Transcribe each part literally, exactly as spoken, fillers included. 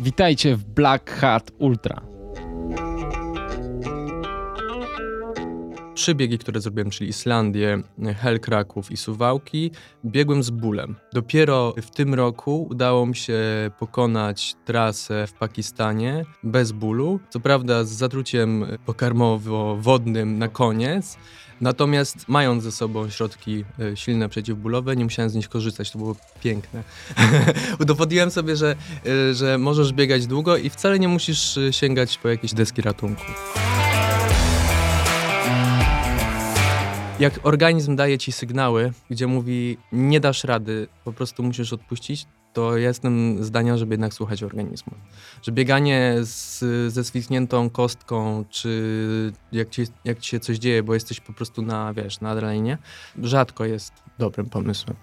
Witajcie w Black Hat Ultra. Trzy biegi, które zrobiłem, czyli Islandię, Hel Kraków i Suwałki, biegłem z bólem. Dopiero w tym roku udało mi się pokonać trasę w Pakistanie bez bólu. Co prawda z zatruciem pokarmowo-wodnym na koniec, natomiast mając ze sobą środki silne przeciwbólowe, nie musiałem z nich korzystać. To było piękne. Udowodniłem sobie, że, że możesz biegać długo i wcale nie musisz sięgać po jakieś deski ratunku. Jak organizm daje ci sygnały, gdzie mówi nie dasz rady, po prostu musisz odpuścić, to ja jestem zdania, żeby jednak słuchać organizmu. Że bieganie z, ze swisniętą kostką, czy jak ci, jak ci się coś dzieje, bo jesteś po prostu na, wiesz, na adrenalinie, rzadko jest dobrym pomysłem.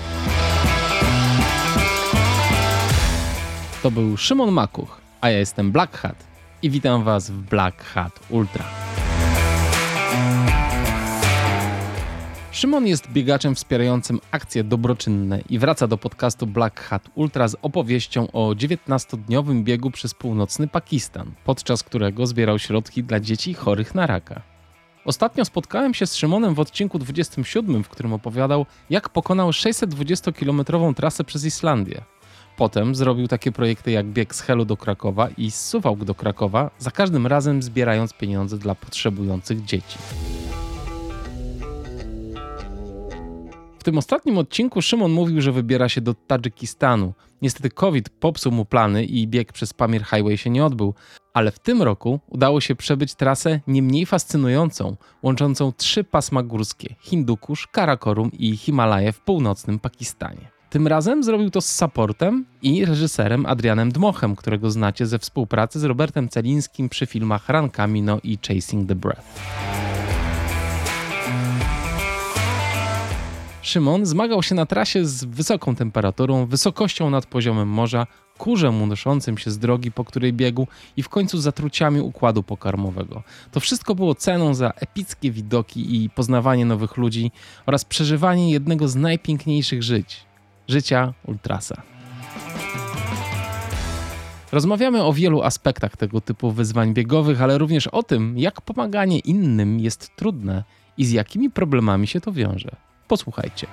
To był Szymon Makuch, a ja jestem Black Hat i witam was w Black Hat Ultra. Szymon jest biegaczem wspierającym akcje dobroczynne i wraca do podcastu Black Hat Ultra z opowieścią o dziewiętnastodniowym biegu przez północny Pakistan, podczas którego zbierał środki dla dzieci chorych na raka. Ostatnio spotkałem się z Szymonem w odcinku dwudziestym siódmym, w którym opowiadał, jak pokonał sześćsetdwudziestokilometrową trasę przez Islandię. Potem zrobił takie projekty jak bieg z Helu do Krakowa i z Suwałk do Krakowa, za każdym razem zbierając pieniądze dla potrzebujących dzieci. W tym ostatnim odcinku Szymon mówił, że wybiera się do Tadżykistanu. Niestety COVID popsuł mu plany i bieg przez Pamir Highway się nie odbył, ale w tym roku udało się przebyć trasę nie mniej fascynującą, łączącą trzy pasma górskie: Hindukusz, Karakorum i Himalaje w północnym Pakistanie. Tym razem zrobił to z supportem i reżyserem Adrianem Dmochem, którego znacie ze współpracy z Robertem Celińskim przy filmach Run Camino i Chasing the Breath. Szymon zmagał się na trasie z wysoką temperaturą, wysokością nad poziomem morza, kurzem unoszącym się z drogi, po której biegł i w końcu zatruciami układu pokarmowego. To wszystko było ceną za epickie widoki i poznawanie nowych ludzi oraz przeżywanie jednego z najpiękniejszych żyć – życia ultrasa. Rozmawiamy o wielu aspektach tego typu wyzwań biegowych, ale również o tym, jak pomaganie innym jest trudne i z jakimi problemami się to wiąże. Posłuchajcie.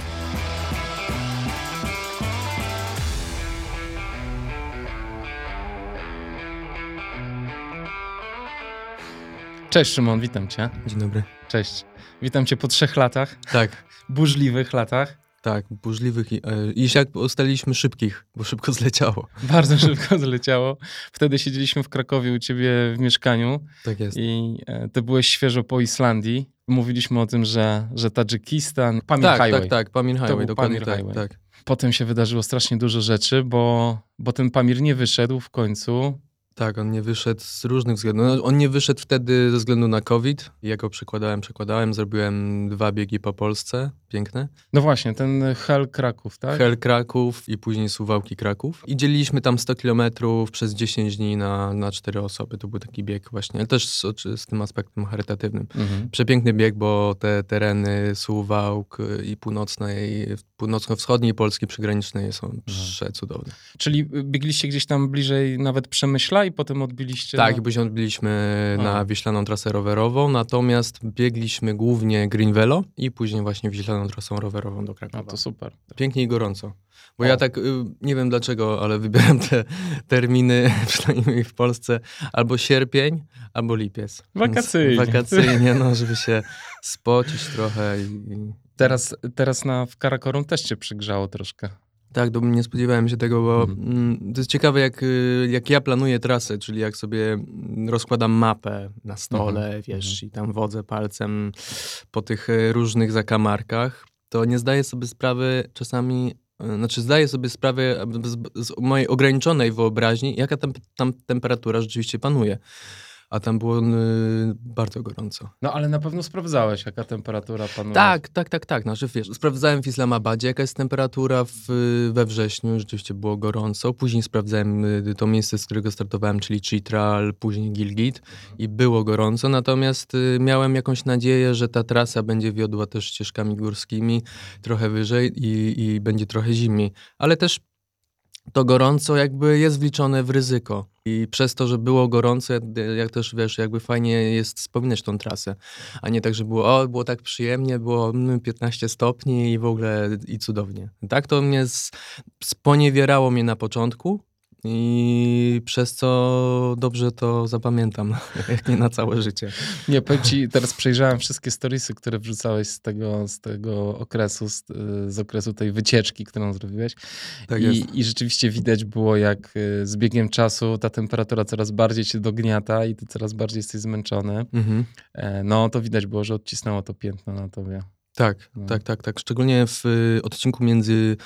Cześć Szymon, witam cię. Dzień dobry. Cześć. Witam cię po trzech latach. Tak. Burzliwych latach. Tak, burzliwych i, i jak ustaliliśmy szybkich, bo szybko zleciało. Bardzo szybko zleciało. Wtedy siedzieliśmy w Krakowie u ciebie w mieszkaniu. Tak jest. I e, ty byłeś świeżo po Islandii. Mówiliśmy o tym, że, że Tadżykistan, Pamir tak, Highway. Tak, tak, Pamir Highway, dokładnie Pamir tak, Highway. tak. Potem się wydarzyło strasznie dużo rzeczy, bo, bo ten Pamir nie wyszedł w końcu. Tak, on nie wyszedł z różnych względów. No, on nie wyszedł wtedy ze względu na COVID. Ja go przekładałem, przekładałem. Zrobiłem dwa biegi po Polsce. Piękne. No właśnie, ten Hel Kraków, tak? Hel Kraków i później Suwałki Kraków. I dzieliliśmy tam sto kilometrów przez dziesięć dni na, na cztery osoby. To był taki bieg właśnie, ale też z, z tym aspektem charytatywnym. Mhm. Przepiękny bieg, bo te tereny Suwałk i północnej, północno-wschodniej Polski przygranicznej są mhm. przecudowne. Czyli biegliście gdzieś tam bliżej nawet Przemyśla i potem odbiliście... Tak, na... i później odbiliśmy A. na Wiślaną trasę rowerową, natomiast biegliśmy głównie Green Velo i później właśnie Wiślaną trasą rowerową do Krakowa. No to super. Pięknie i gorąco. Bo o. ja tak, nie wiem dlaczego, ale wybieram te terminy, przynajmniej w Polsce, albo sierpień, albo lipiec. Wakacyjnie. Wakacyjnie, no, żeby się spocić trochę. I... Teraz, teraz na, w Karakorum też cię przygrzało troszkę. Tak, to nie spodziewałem się tego, bo mhm. to jest ciekawe, jak, jak ja planuję trasę, czyli jak sobie rozkładam mapę na stole, mhm. wiesz, i tam wodzę palcem po tych różnych zakamarkach, to nie zdaję sobie sprawy czasami, znaczy zdaję sobie sprawę z, z mojej ograniczonej wyobraźni, jaka tam, tam temperatura rzeczywiście panuje. A tam było y, bardzo gorąco. No ale na pewno sprawdzałeś, jaka temperatura panuje. Tak, tak, tak, tak. Znaczy, wiesz, sprawdzałem w Islamabadzie, jaka jest temperatura w, we wrześniu. Rzeczywiście było gorąco. Później sprawdzałem y, to miejsce, z którego startowałem, czyli Chitral, później Gilgit i było gorąco. Natomiast y, miałem jakąś nadzieję, że ta trasa będzie wiodła też ścieżkami górskimi trochę wyżej i, i będzie trochę zimniej. Ale też to gorąco jakby jest wliczone w ryzyko. I przez to, że było gorąco, jak, jak też wiesz, jakby fajnie jest wspominać tą trasę, a nie tak, że było, o, było tak przyjemnie, było piętnaście stopni i w ogóle i cudownie. Tak to mnie z, sponiewierało mnie na początku i przez co dobrze to zapamiętam, jak nie na całe życie. Nie, powiem ci, teraz przejrzałem wszystkie storiesy, które wrzucałeś z tego, z tego okresu, z, z okresu tej wycieczki, którą zrobiłeś. Tak I, jest. I rzeczywiście widać było, jak z biegiem czasu ta temperatura coraz bardziej cię dogniata i ty coraz bardziej jesteś zmęczony. Mhm. No to widać było, że odcisnęło to piętno na tobie. Tak, no. tak, tak, tak. Szczególnie w odcinku między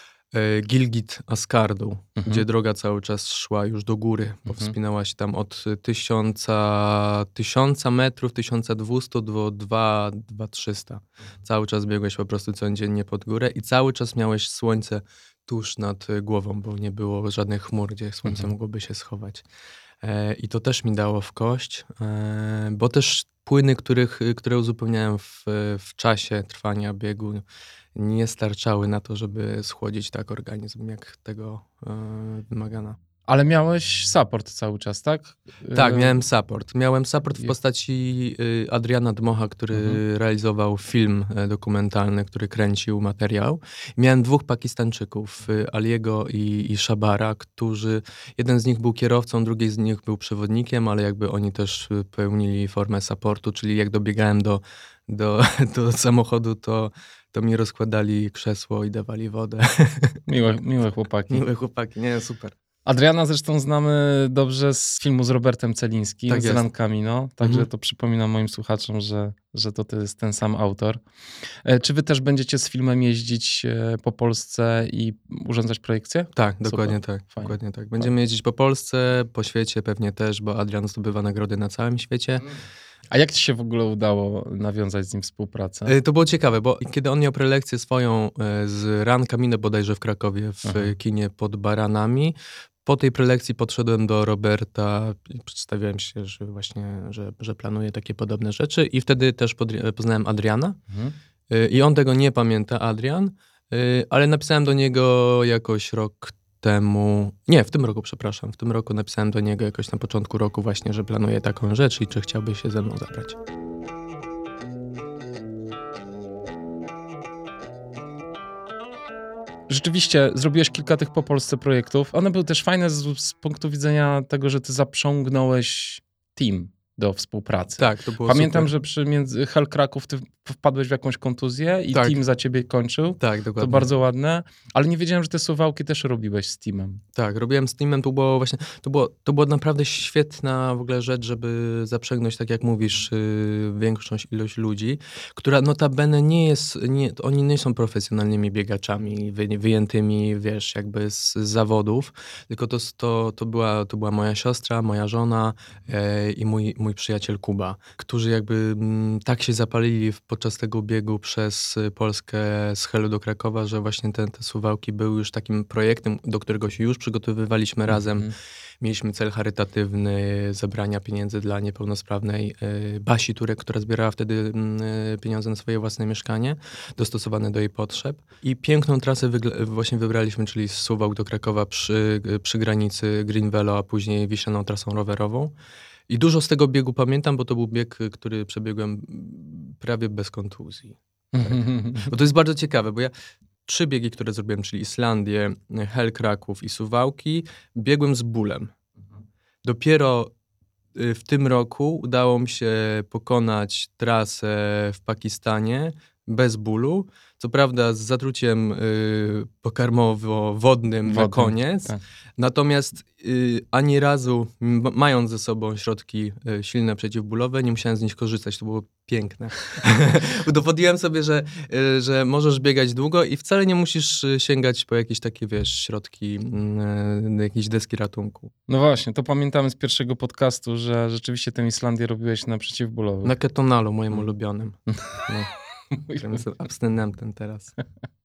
Gilgit a Skardą, mhm. gdzie droga cały czas szła już do góry, bo mhm. wspinała się tam od tysiąca, tysiąca metrów, tysiąc dwieście do dwa tysiące trzysta. Cały czas biegłeś po prostu codziennie pod górę i cały czas miałeś słońce tuż nad głową, bo nie było żadnych chmur, gdzie słońce mhm. mogłoby się schować. E, I to też mi dało w kość, e, bo też płyny, których, które uzupełniałem w, w czasie trwania biegu, nie starczały na to, żeby schłodzić tak organizm, jak tego e, wymagano. Ale miałeś support cały czas, tak? Tak, miałem support. Miałem support w postaci Adriana Dmocha, który mhm. realizował film dokumentalny, który kręcił materiał. Miałem dwóch Pakistańczyków, Aliego i, i Shabara, którzy, jeden z nich był kierowcą, drugi z nich był przewodnikiem, ale jakby oni też pełnili formę supportu, czyli jak dobiegałem do, do, do samochodu, to to mi rozkładali krzesło i dawali wodę. Miłe, miłe chłopaki. Miłe chłopaki, nie, super. Adriana zresztą znamy dobrze z filmu z Robertem Celińskim, tak z Run Camino, także mhm. to przypominam moim słuchaczom, że, że to, to jest ten sam autor. E, czy wy też będziecie z filmem jeździć e, po Polsce i urządzać projekcje? Tak, dokładnie tak, dokładnie tak. Będziemy jeździć po Polsce, po świecie pewnie też, bo Adrian zdobywa nagrody na całym świecie. A jak ci się w ogóle udało nawiązać z nim współpracę? To było ciekawe, bo kiedy on miał prelekcję swoją z Run Camino bodajże w Krakowie, w Aha. kinie pod Baranami, po tej prelekcji podszedłem do Roberta i przedstawiałem się, że właśnie, że, że planuję takie podobne rzeczy i wtedy też poznałem Adriana mhm. i on tego nie pamięta, Adrian, ale napisałem do niego jakoś rok temu, nie, w tym roku, przepraszam, w tym roku napisałem do niego jakoś na początku roku właśnie, że planuję taką rzecz i czy chciałby się ze mną zabrać. Rzeczywiście zrobiłeś kilka tych po Polsce projektów. One były też fajne z, z punktu widzenia tego, że ty zaprzągnąłeś team do współpracy. Tak, to było Pamiętam, super. że przy między Hell Kraków ty wpadłeś w jakąś kontuzję i tak. team za ciebie kończył. Tak, dokładnie. To bardzo ładne, ale nie wiedziałem, że te Suwałki też robiłeś z teamem. Tak, robiłem z teamem, to było właśnie, to było, to była naprawdę świetna w ogóle rzecz, żeby zaprzęgnąć, tak jak mówisz, yy, większą ilość ludzi, która notabene nie jest, nie, oni nie są profesjonalnymi biegaczami, wy, wyjętymi, wiesz, jakby z, z zawodów, tylko to, to, to, była, to była moja siostra, moja żona yy, i mój, mój przyjaciel Kuba, którzy jakby m, tak się zapalili w podczas tego biegu przez Polskę z Hellu do Krakowa, że właśnie te, te Suwałki były już takim projektem, do którego się już przygotowywaliśmy mm-hmm. razem. Mieliśmy cel charytatywny zebrania pieniędzy dla niepełnosprawnej y, Basi Turek, która zbierała wtedy y, pieniądze na swoje własne mieszkanie, dostosowane do jej potrzeb. I piękną trasę wygl- właśnie wybraliśmy, czyli z Suwałk do Krakowa przy, przy granicy Green Velo, a później Wiślaną trasą rowerową. I dużo z tego biegu pamiętam, bo to był bieg, który przebiegłem prawie bez kontuzji. Tak. Bo to jest bardzo ciekawe, bo ja trzy biegi, które zrobiłem, czyli Islandię, Hell Kraków i Suwałki, biegłem z bólem. Dopiero w tym roku udało mi się pokonać trasę w Pakistanie bez bólu. Co prawda z zatruciem y, pokarmowo-wodnym na koniec. Tak. Natomiast y, ani razu, m- mając ze sobą środki y, silne przeciwbólowe, nie musiałem z nich korzystać. To było piękne. Udowodniłem sobie, że, y, że możesz biegać długo i wcale nie musisz y, sięgać po jakieś takie, wiesz, środki, y, jakieś deski ratunku. No właśnie, to pamiętamy z pierwszego podcastu, że rzeczywiście tę Islandię robiłeś na przeciwbólowych. Na ketonalu, moim ulubionym. No. Jestem abstynentem teraz.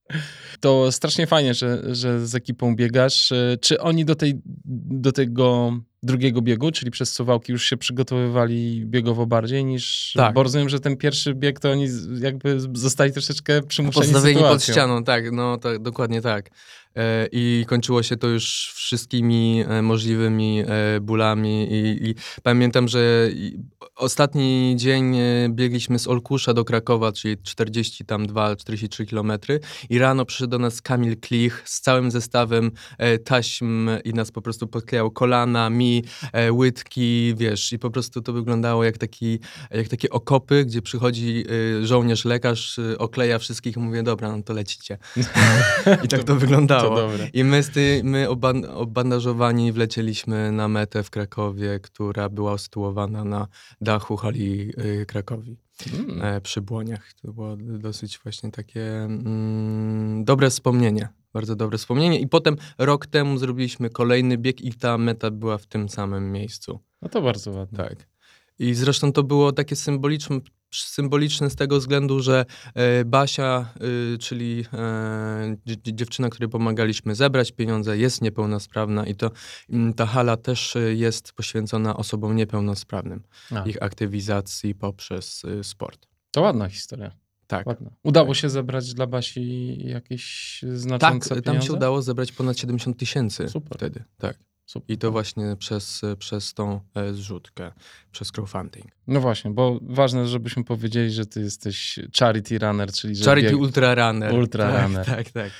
To strasznie fajnie, że, że z ekipą biegasz. Czy oni do, tej, do tego drugiego biegu, czyli przez Suwałki, już się przygotowywali biegowo bardziej niż... Tak. Bo rozumiem, że ten pierwszy bieg to oni jakby zostali troszeczkę przymuszeni Postawieni sytuacją. pod ścianą, tak, no tak, dokładnie tak. e, i kończyło się to już wszystkimi e, możliwymi e, bólami i, i pamiętam, że i, ostatni dzień e, biegliśmy z Olkusza do Krakowa, czyli czterdzieści dwa czterdzieści trzy kilometry i rano przyszedł do nas Kamil Klich z całym zestawem e, taśm i nas po prostu podklejał kolana, mi, e, łydki, wiesz, i po prostu to wyglądało jak, taki, jak takie okopy, gdzie przychodzi e, żołnierz, lekarz, e, okleja wszystkich i mówi, dobra, no to lecicie. I tak to, to wyglądało. To I my, z ty, my oban, obandażowani wlecieliśmy na metę w Krakowie, która była usytuowana na dachu hali y, Krakowi. Mm. E, przy Błoniach. To było dosyć właśnie takie mm, dobre wspomnienie. Bardzo dobre wspomnienie. I potem rok temu zrobiliśmy kolejny bieg i ta meta była w tym samym miejscu. No to bardzo ładne. Tak. I zresztą to było takie symboliczne, symboliczne z tego względu, że e, Basia, e, czyli e, dziewczyna, której pomagaliśmy zebrać pieniądze, jest niepełnosprawna i to m, ta hala też jest poświęcona osobom niepełnosprawnym. A. Ich aktywizacji poprzez y, sport. To ładna historia. Tak. Ładna. Udało tak. się zebrać dla Basi jakieś znaczące tak, pieniądze? Tam się udało zebrać ponad siedemdziesiąt tysięcy Super. wtedy. Tak. Super. I to właśnie przez, przez tą e, zrzutkę, przez crowdfunding. No właśnie, bo ważne, żebyśmy powiedzieli, że ty jesteś charity runner, czyli że Charity bieg... ultra runner. Ultra tak, runner. Tak, tak.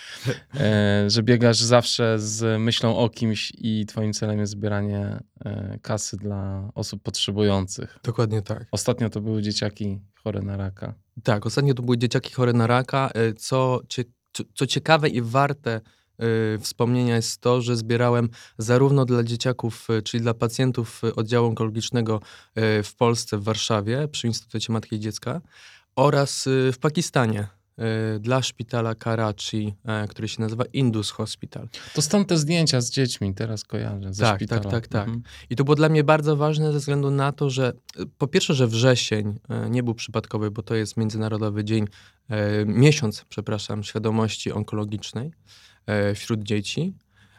E, że biegasz zawsze z myślą o kimś i twoim celem jest zbieranie e, kasy dla osób potrzebujących. Dokładnie tak. Ostatnio to były dzieciaki chore na raka. Tak, ostatnio to były dzieciaki chore na raka. Co, cie, co, co ciekawe i warte Yy, wspomnienia jest to, że zbierałem zarówno dla dzieciaków, yy, czyli dla pacjentów oddziału onkologicznego yy, w Polsce, w Warszawie, przy Instytucie Matki i Dziecka oraz yy, w Pakistanie yy, dla szpitala Karachi, yy, który się nazywa Indus Hospital. To stąd te zdjęcia z dziećmi, teraz kojarzę, ze tak, szpitala. Tak, tak, tak. Mhm. I to było dla mnie bardzo ważne ze względu na to, że po pierwsze, że wrzesień yy, nie był przypadkowy, bo to jest Międzynarodowy Dzień, yy, miesiąc, przepraszam, świadomości onkologicznej wśród dzieci,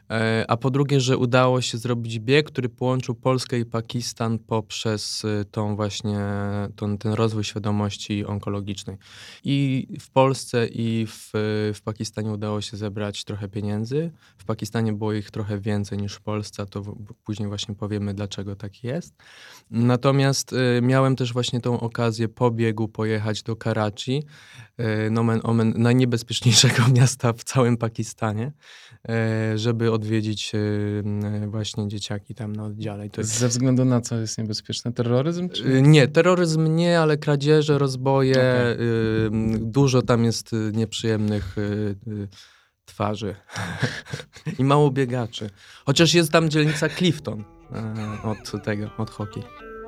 a po drugie, że udało się zrobić bieg, który połączył Polskę i Pakistan poprzez tą właśnie, tą, ten rozwój świadomości onkologicznej. I w Polsce i w, w Pakistanie udało się zebrać trochę pieniędzy. W Pakistanie było ich trochę więcej niż w Polsce, a to w, później właśnie powiemy, dlaczego tak jest. Natomiast y, miałem też właśnie tą okazję po biegu pojechać do Karachi, y, nomen omen, najniebezpieczniejszego miasta w całym Pakistanie, y, żeby odwiedzić y, właśnie dzieciaki tam na oddziale. To jest... Ze względu na co jest niebezpieczne? Terroryzm? Czy... Y, nie, terroryzm nie, ale kradzieże, rozboje, okay. y, dużo tam jest nieprzyjemnych y, y, twarzy i mało biegaczy. Chociaż jest tam dzielnica Clifton y, od tego, od hockey.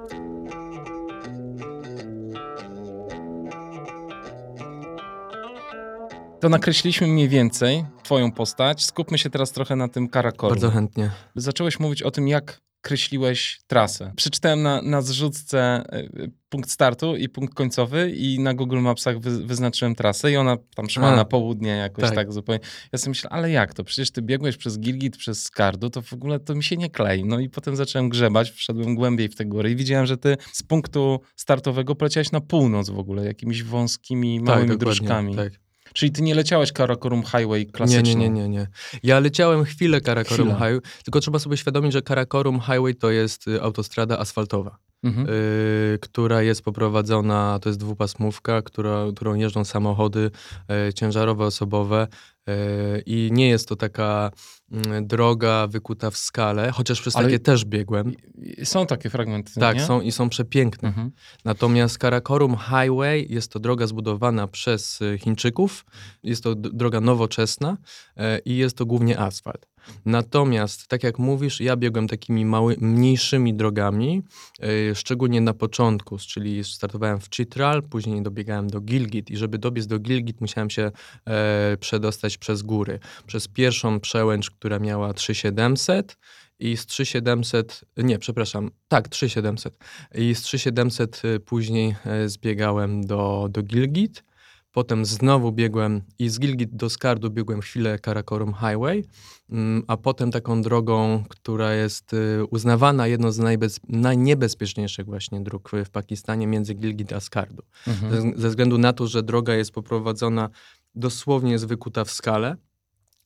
To nakreśliliśmy mniej więcej twoją postać. Skupmy się teraz trochę na tym Karakorum. Bardzo chętnie. Zacząłeś mówić o tym, jak kreśliłeś trasę. Przeczytałem na, na zrzutce y, punkt startu i punkt końcowy i na Google Mapsach wy, wyznaczyłem trasę i ona tam szła A, na południe jakoś tak. tak zupełnie. Ja sobie myślę, ale jak to? Przecież ty biegłeś przez Gilgit, przez Skardu, to w ogóle to mi się nie klei. No i potem zacząłem grzebać, wszedłem głębiej w te góry i widziałem, że ty z punktu startowego poleciałeś na północ w ogóle, jakimiś wąskimi, małymi tak, dróżkami. Tak. Czyli ty nie leciałeś Karakorum Highway klasycznie? Nie, nie, nie, nie, nie. Ja leciałem chwilę Karakorum Chwila. Highway, tylko trzeba sobie świadomić, że Karakorum Highway to jest autostrada asfaltowa, mhm. y, która jest poprowadzona, to jest dwupasmówka, która, którą jeżdżą samochody y, ciężarowe, osobowe y, i nie jest to taka y, droga wykuta w skale, chociaż przez Ale takie też biegłem. Są takie fragmenty, Tak, nie? są i są przepiękne. Mhm. Natomiast Karakorum Highway jest to droga zbudowana przez Chińczyków, jest to d- droga nowoczesna y, i jest to głównie asfalt. Natomiast, tak jak mówisz, ja biegłem takimi mały, mniejszymi drogami, yy, szczególnie na początku, czyli startowałem w Chitral, później dobiegałem do Gilgit i żeby dobiec do Gilgit musiałem się e, przedostać przez góry. Przez pierwszą przełęcz, która miała trzy tysiące siedemset i z trzy tysiące siedemset, nie, przepraszam, tak, trzy tysiące siedemset i z trzy tysiące siedemset później e, zbiegałem do, do Gilgit. Potem znowu biegłem i z Gilgit do Skardu biegłem chwilę Karakorum Highway, a potem taką drogą, która jest uznawana jedną z najbez, najniebezpieczniejszych właśnie dróg w Pakistanie między Gilgit a Skardu. Mhm. Ze, ze względu na to, że droga jest poprowadzona, dosłownie jest wykuta w skale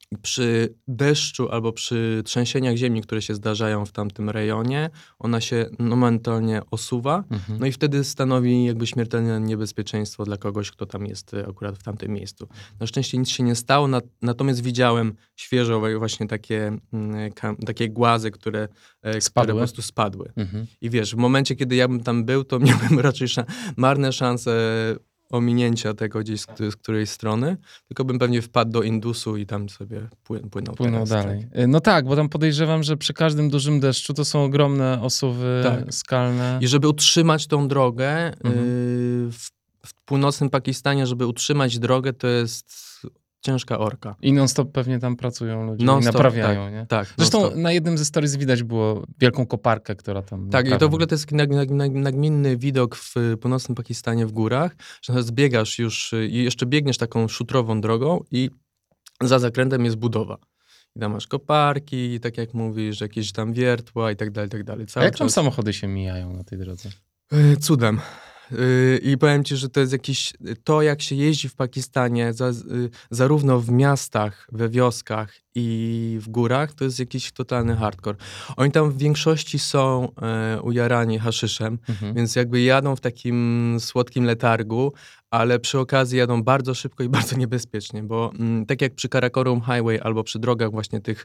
przy deszczu albo przy trzęsieniach ziemi, które się zdarzają w tamtym rejonie, ona się momentalnie osuwa, Mhm. no i wtedy stanowi jakby śmiertelne niebezpieczeństwo dla kogoś, kto tam jest y, akurat w tamtym miejscu. Na szczęście nic się nie stało, nat- natomiast widziałem świeżo właśnie takie, mm, kam- takie głazy, które, e, które Spadły? po prostu spadły. Mhm. I wiesz, w momencie, kiedy ja bym tam był, to miałbym raczej szan- marne szanse ominięcia tego gdzieś z, z której strony, tylko bym pewnie wpadł do Indusu i tam sobie pły, płynął, Płynął teraz, dalej. Tak. No tak, bo tam podejrzewam, że przy każdym dużym deszczu to są ogromne osuwy Tak. skalne. I żeby utrzymać tą drogę Mhm. y, w, w północnym Pakistanie, żeby utrzymać drogę, to jest ciężka orka. I non-stop pewnie tam pracują ludzie i Non-stop, naprawiają, tak, nie? tak. Zresztą non-stop. na jednym ze stories widać było wielką koparkę, która tam Tak, i to naprawia. w ogóle to jest taki nag, nag, nag, nagminny widok w północnym Pakistanie w górach, że zbiegasz już y, i jeszcze biegniesz taką szutrową drogą i za zakrętem jest budowa. I tam masz koparki, tak jak mówisz, jakieś tam wiertła i tak dalej, i tak dalej. A Cały jak tam czas samochody się mijają na tej drodze? y, cudem. Y, I powiem ci, że to jest jakiś, to jak się jeździ w Pakistanie, za, y, zarówno w miastach, we wioskach i w górach, to jest jakiś totalny hardcore. Oni tam w większości są e, ujarani haszyszem, Mhm. więc jakby jadą w takim słodkim letargu, ale przy okazji jadą bardzo szybko i bardzo niebezpiecznie, bo mm, tak jak przy Karakorum Highway albo przy drogach właśnie tych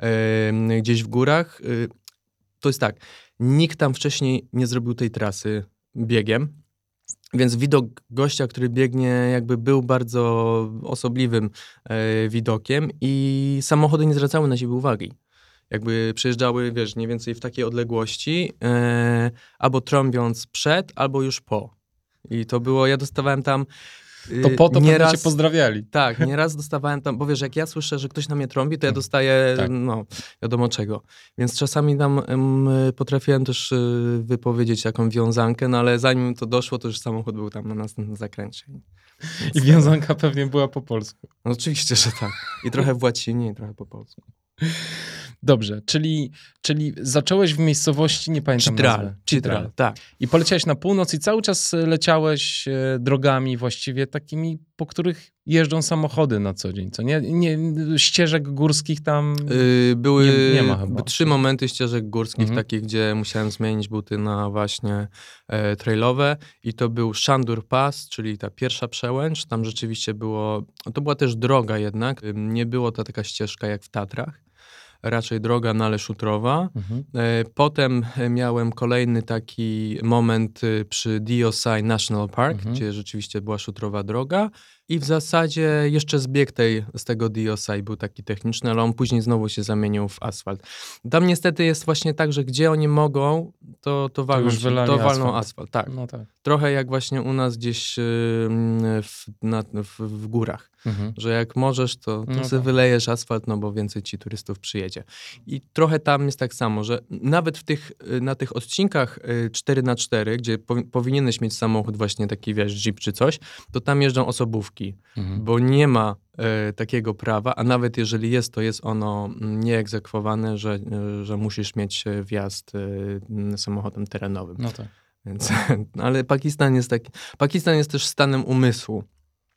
e, gdzieś w górach, y, to jest tak, nikt tam wcześniej nie zrobił tej trasy biegiem, więc widok gościa, który biegnie, jakby był bardzo osobliwym e, widokiem i samochody nie zwracały na siebie uwagi. Jakby przejeżdżały, wiesz, mniej więcej w takiej odległości, e, albo trąbiąc przed, albo już po. I to było, ja dostawałem tam y, To po to pewnie nieraz, cię pozdrawiali. tak, nieraz dostawałem tam, bo wiesz, jak ja słyszę, że ktoś na mnie trąbi, to ja dostaję, Tak. no, wiadomo czego. Więc czasami tam em, potrafiłem też y, wypowiedzieć taką wiązankę, no ale zanim to doszło, to już samochód był tam na następnym zakręcie. Więc, I wiązanka pewnie była po polsku. no, oczywiście, że tak. I trochę w łacinie, i trochę po polsku. Dobrze, czyli, czyli zacząłeś w miejscowości, nie pamiętam Chitral, nazwy. Chitral, tak. I poleciałeś na północ i cały czas leciałeś e, drogami właściwie takimi, po których jeżdżą samochody na co dzień, co nie? nie ścieżek górskich tam... Yy, były Nie- nie ma chyba. trzy momenty ścieżek górskich, Mhm. takich, gdzie musiałem zmienić buty na właśnie e, trailowe i to był Shandur Pass, czyli ta pierwsza przełęcz. Tam rzeczywiście było, to była też droga jednak, Ym, nie było to taka ścieżka jak w Tatrach, raczej droga, no ale szutrowa. Mhm. E, Potem e, miałem kolejny taki moment y, przy Deosai National Park, Mhm. gdzie rzeczywiście była szutrowa droga i w zasadzie jeszcze zbieg tej, z tego Deosai był taki techniczny, ale on później znowu się zamienił w asfalt. Tam niestety jest właśnie tak, że gdzie oni mogą, to, to walną, już się- wylali to walną asfalt. asfalt. Tak. No tak. Trochę jak właśnie u nas gdzieś y, w, na, w, w górach. Mhm. Że jak możesz, to, to No sobie tak. wylejesz asfalt, no bo więcej ci turystów przyjedzie. I trochę tam jest tak samo, że nawet w tych, y, na tych odcinkach y, cztery na cztery, gdzie powi- powinieneś mieć samochód właśnie taki, wiesz, jeep czy coś, to tam jeżdżą osobówki, Mhm. bo nie ma y, takiego prawa, a nawet jeżeli jest, to jest ono mm, nieegzekwowane, że, y, że musisz mieć y, wjazd y, samochodem terenowym. No tak. Więc, ale Pakistan jest taki, Pakistan jest też stanem umysłu.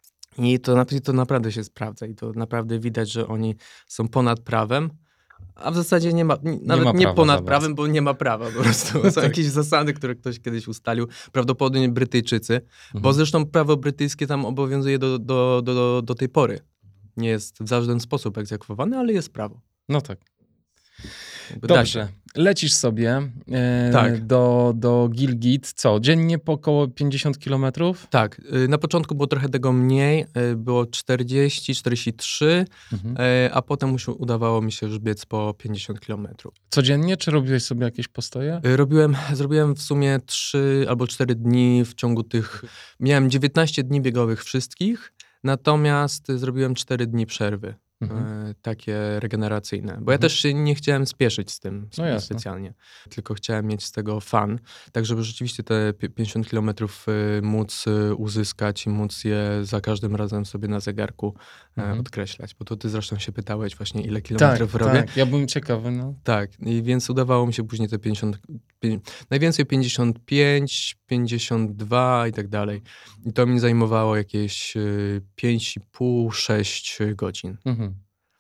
I to, nap- to naprawdę się sprawdza i to naprawdę widać, że oni są ponad prawem, a w zasadzie nie ma, n- nawet ma nie prawa za ponad bardzo. prawem, bo nie ma prawa po prostu. Są Tak. jakieś zasady, które ktoś kiedyś ustalił, prawdopodobnie Brytyjczycy, bo Mhm. zresztą prawo brytyjskie tam obowiązuje do, do, do, do, do tej pory. Nie jest w żaden sposób egzekwowane, ale jest prawo. No tak. Jakby da Dobrze. się. Lecisz sobie e, Tak. do, do Gilgit. Co? Dziennie po około pięćdziesiąt kilometrów? Tak, y, na początku było trochę tego mniej, y, było czterdzieści, czterdzieści trzy, Mhm. y, a potem już udawało mi się już biec po pięćdziesiąt kilometrów. Codziennie? Czy robiłeś sobie jakieś postoje? Y, Robiłem, zrobiłem w sumie trzy albo cztery dni w ciągu tych, miałem dziewiętnaście dni biegowych wszystkich, natomiast y, zrobiłem cztery dni przerwy. Mhm. y, Takie regeneracyjne, bo ja Mhm. też się nie chciałem spieszyć z tym No jasne. specjalnie, tylko chciałem mieć z tego fan, tak żeby rzeczywiście te pi- pięćdziesiąt kilometrów y, móc y, uzyskać i móc je za każdym razem sobie na zegarku e, Mhm. odkreślać, bo to ty zresztą się pytałeś właśnie ile kilometrów Tak, robię. tak. Ja byłem ciekawy, no. Tak, i więc udawało mi się później te pięćdziesiąt, pię- najwięcej pięćdziesiąt pięć, pięćdziesiąt dwa i tak dalej. I to mi zajmowało jakieś y, pięć i pół, sześć godzin. Mhm.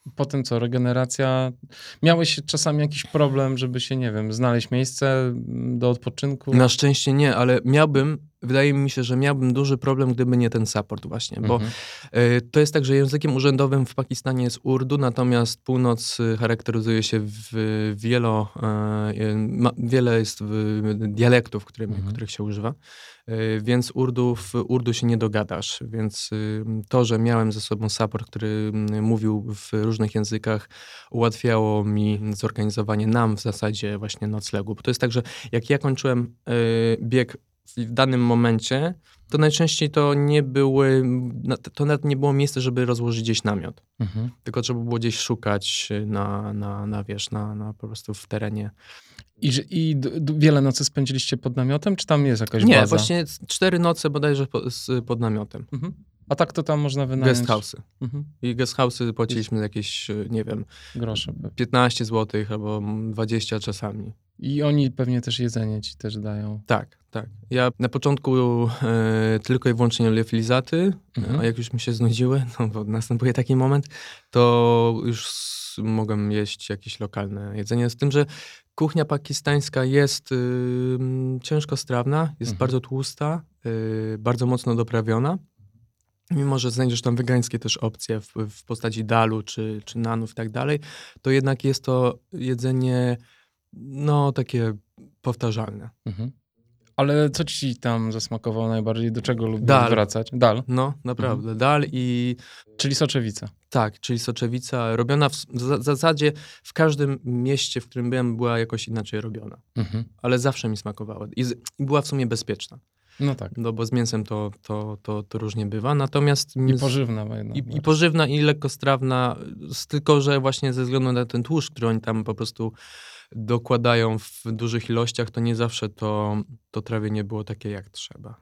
Potem co, regeneracja? Miałeś czasami jakiś problem, żeby się, nie wiem, znaleźć miejsce do odpoczynku? Na szczęście nie, ale miałbym, wydaje mi się, że miałbym duży problem, gdyby nie ten support właśnie, bo Mhm. y, to jest tak, że językiem urzędowym w Pakistanie jest urdu, natomiast północ y, charakteryzuje się w wielo, y, ma, wiele jest w, dialektów, którym, Mhm. których się używa, y, więc urdu, w urdu się nie dogadasz, więc y, to, że miałem ze sobą support, który y, mówił w różnych językach, ułatwiało mi zorganizowanie nam w zasadzie właśnie noclegu, bo to jest tak, że jak ja kończyłem y, bieg w danym momencie, to najczęściej to nie były, to nawet nie było miejsce, żeby rozłożyć gdzieś namiot. Mhm. Tylko trzeba było gdzieś szukać na, na, na wiesz, na, na po prostu w terenie. I, że- i d- d- wiele nocy spędziliście pod namiotem, czy tam jest jakaś Nie, baza? właśnie cztery noce bodajże po, z, pod namiotem. Mhm. A tak to tam można wynająć? Guest house'y. Mhm. I guest house'y płaciliśmy jakieś, nie wiem, Grosze. pewnie. piętnaście złotych albo dwadzieścia czasami. I oni pewnie też jedzenie ci też dają. Tak, tak. Ja na początku e, tylko i wyłącznie liofilizaty, Mhm. a jak już mi się znudziły, no bo następuje taki moment, to już s- mogłem jeść jakieś lokalne jedzenie. Z tym, że kuchnia pakistańska jest y, ciężko strawna, jest Mhm. bardzo tłusta, y, bardzo mocno doprawiona. Mimo że znajdziesz tam wegańskie też opcje w, w postaci dalu czy, czy nanów i tak dalej, to jednak jest to jedzenie no takie powtarzalne. Mhm. Ale co ci tam zasmakowało najbardziej? Do czego lubisz Dal. wracać? Dal, No, naprawdę. Dal i czyli soczewica. tak, czyli soczewica robiona w, w za- zasadzie w każdym mieście, w którym byłem, była jakoś inaczej robiona. Mhm. Ale zawsze mi smakowała i, z, i była w sumie bezpieczna. No tak. No bo z mięsem to, to, to, to różnie bywa. Natomiast I z- pożywna. Jedna. I, I pożywna, i lekkostrawna, z- tylko że właśnie ze względu na ten tłuszcz, który oni tam po prostu dokładają w dużych ilościach, to nie zawsze to, to trawienie było takie jak trzeba.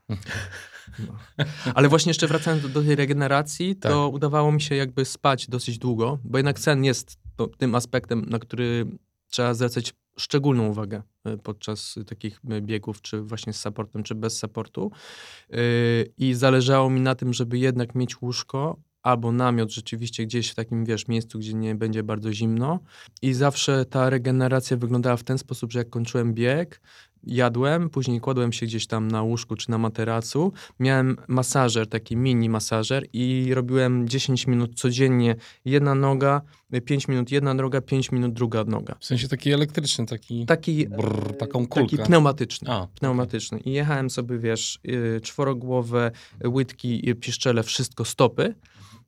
No. Ale właśnie jeszcze wracając do, do tej regeneracji, to Tak. udawało mi się jakby spać dosyć długo, bo jednak sen jest to, tym aspektem, na który trzeba zwracać szczególną uwagę y, podczas takich y, biegów, czy właśnie z supportem, czy bez supportu. Y, I zależało mi na tym, żeby jednak mieć łóżko albo namiot rzeczywiście gdzieś w takim, wiesz, miejscu, gdzie nie będzie bardzo zimno. I zawsze ta regeneracja wyglądała w ten sposób, że jak kończyłem bieg, jadłem, później kładłem się gdzieś tam na łóżku czy na materacu. Miałem masażer, taki mini masażer i robiłem dziesięć minut codziennie. Jedna noga, pięć minut jedna noga, pięć minut druga noga. W sensie taki elektryczny, taki... Taki, Brrr, taką taki kulkę. pneumatyczny. A, Pneumatyczny. I jechałem sobie, wiesz, y, czworogłowe, łydki, y, piszczele, wszystko, stopy.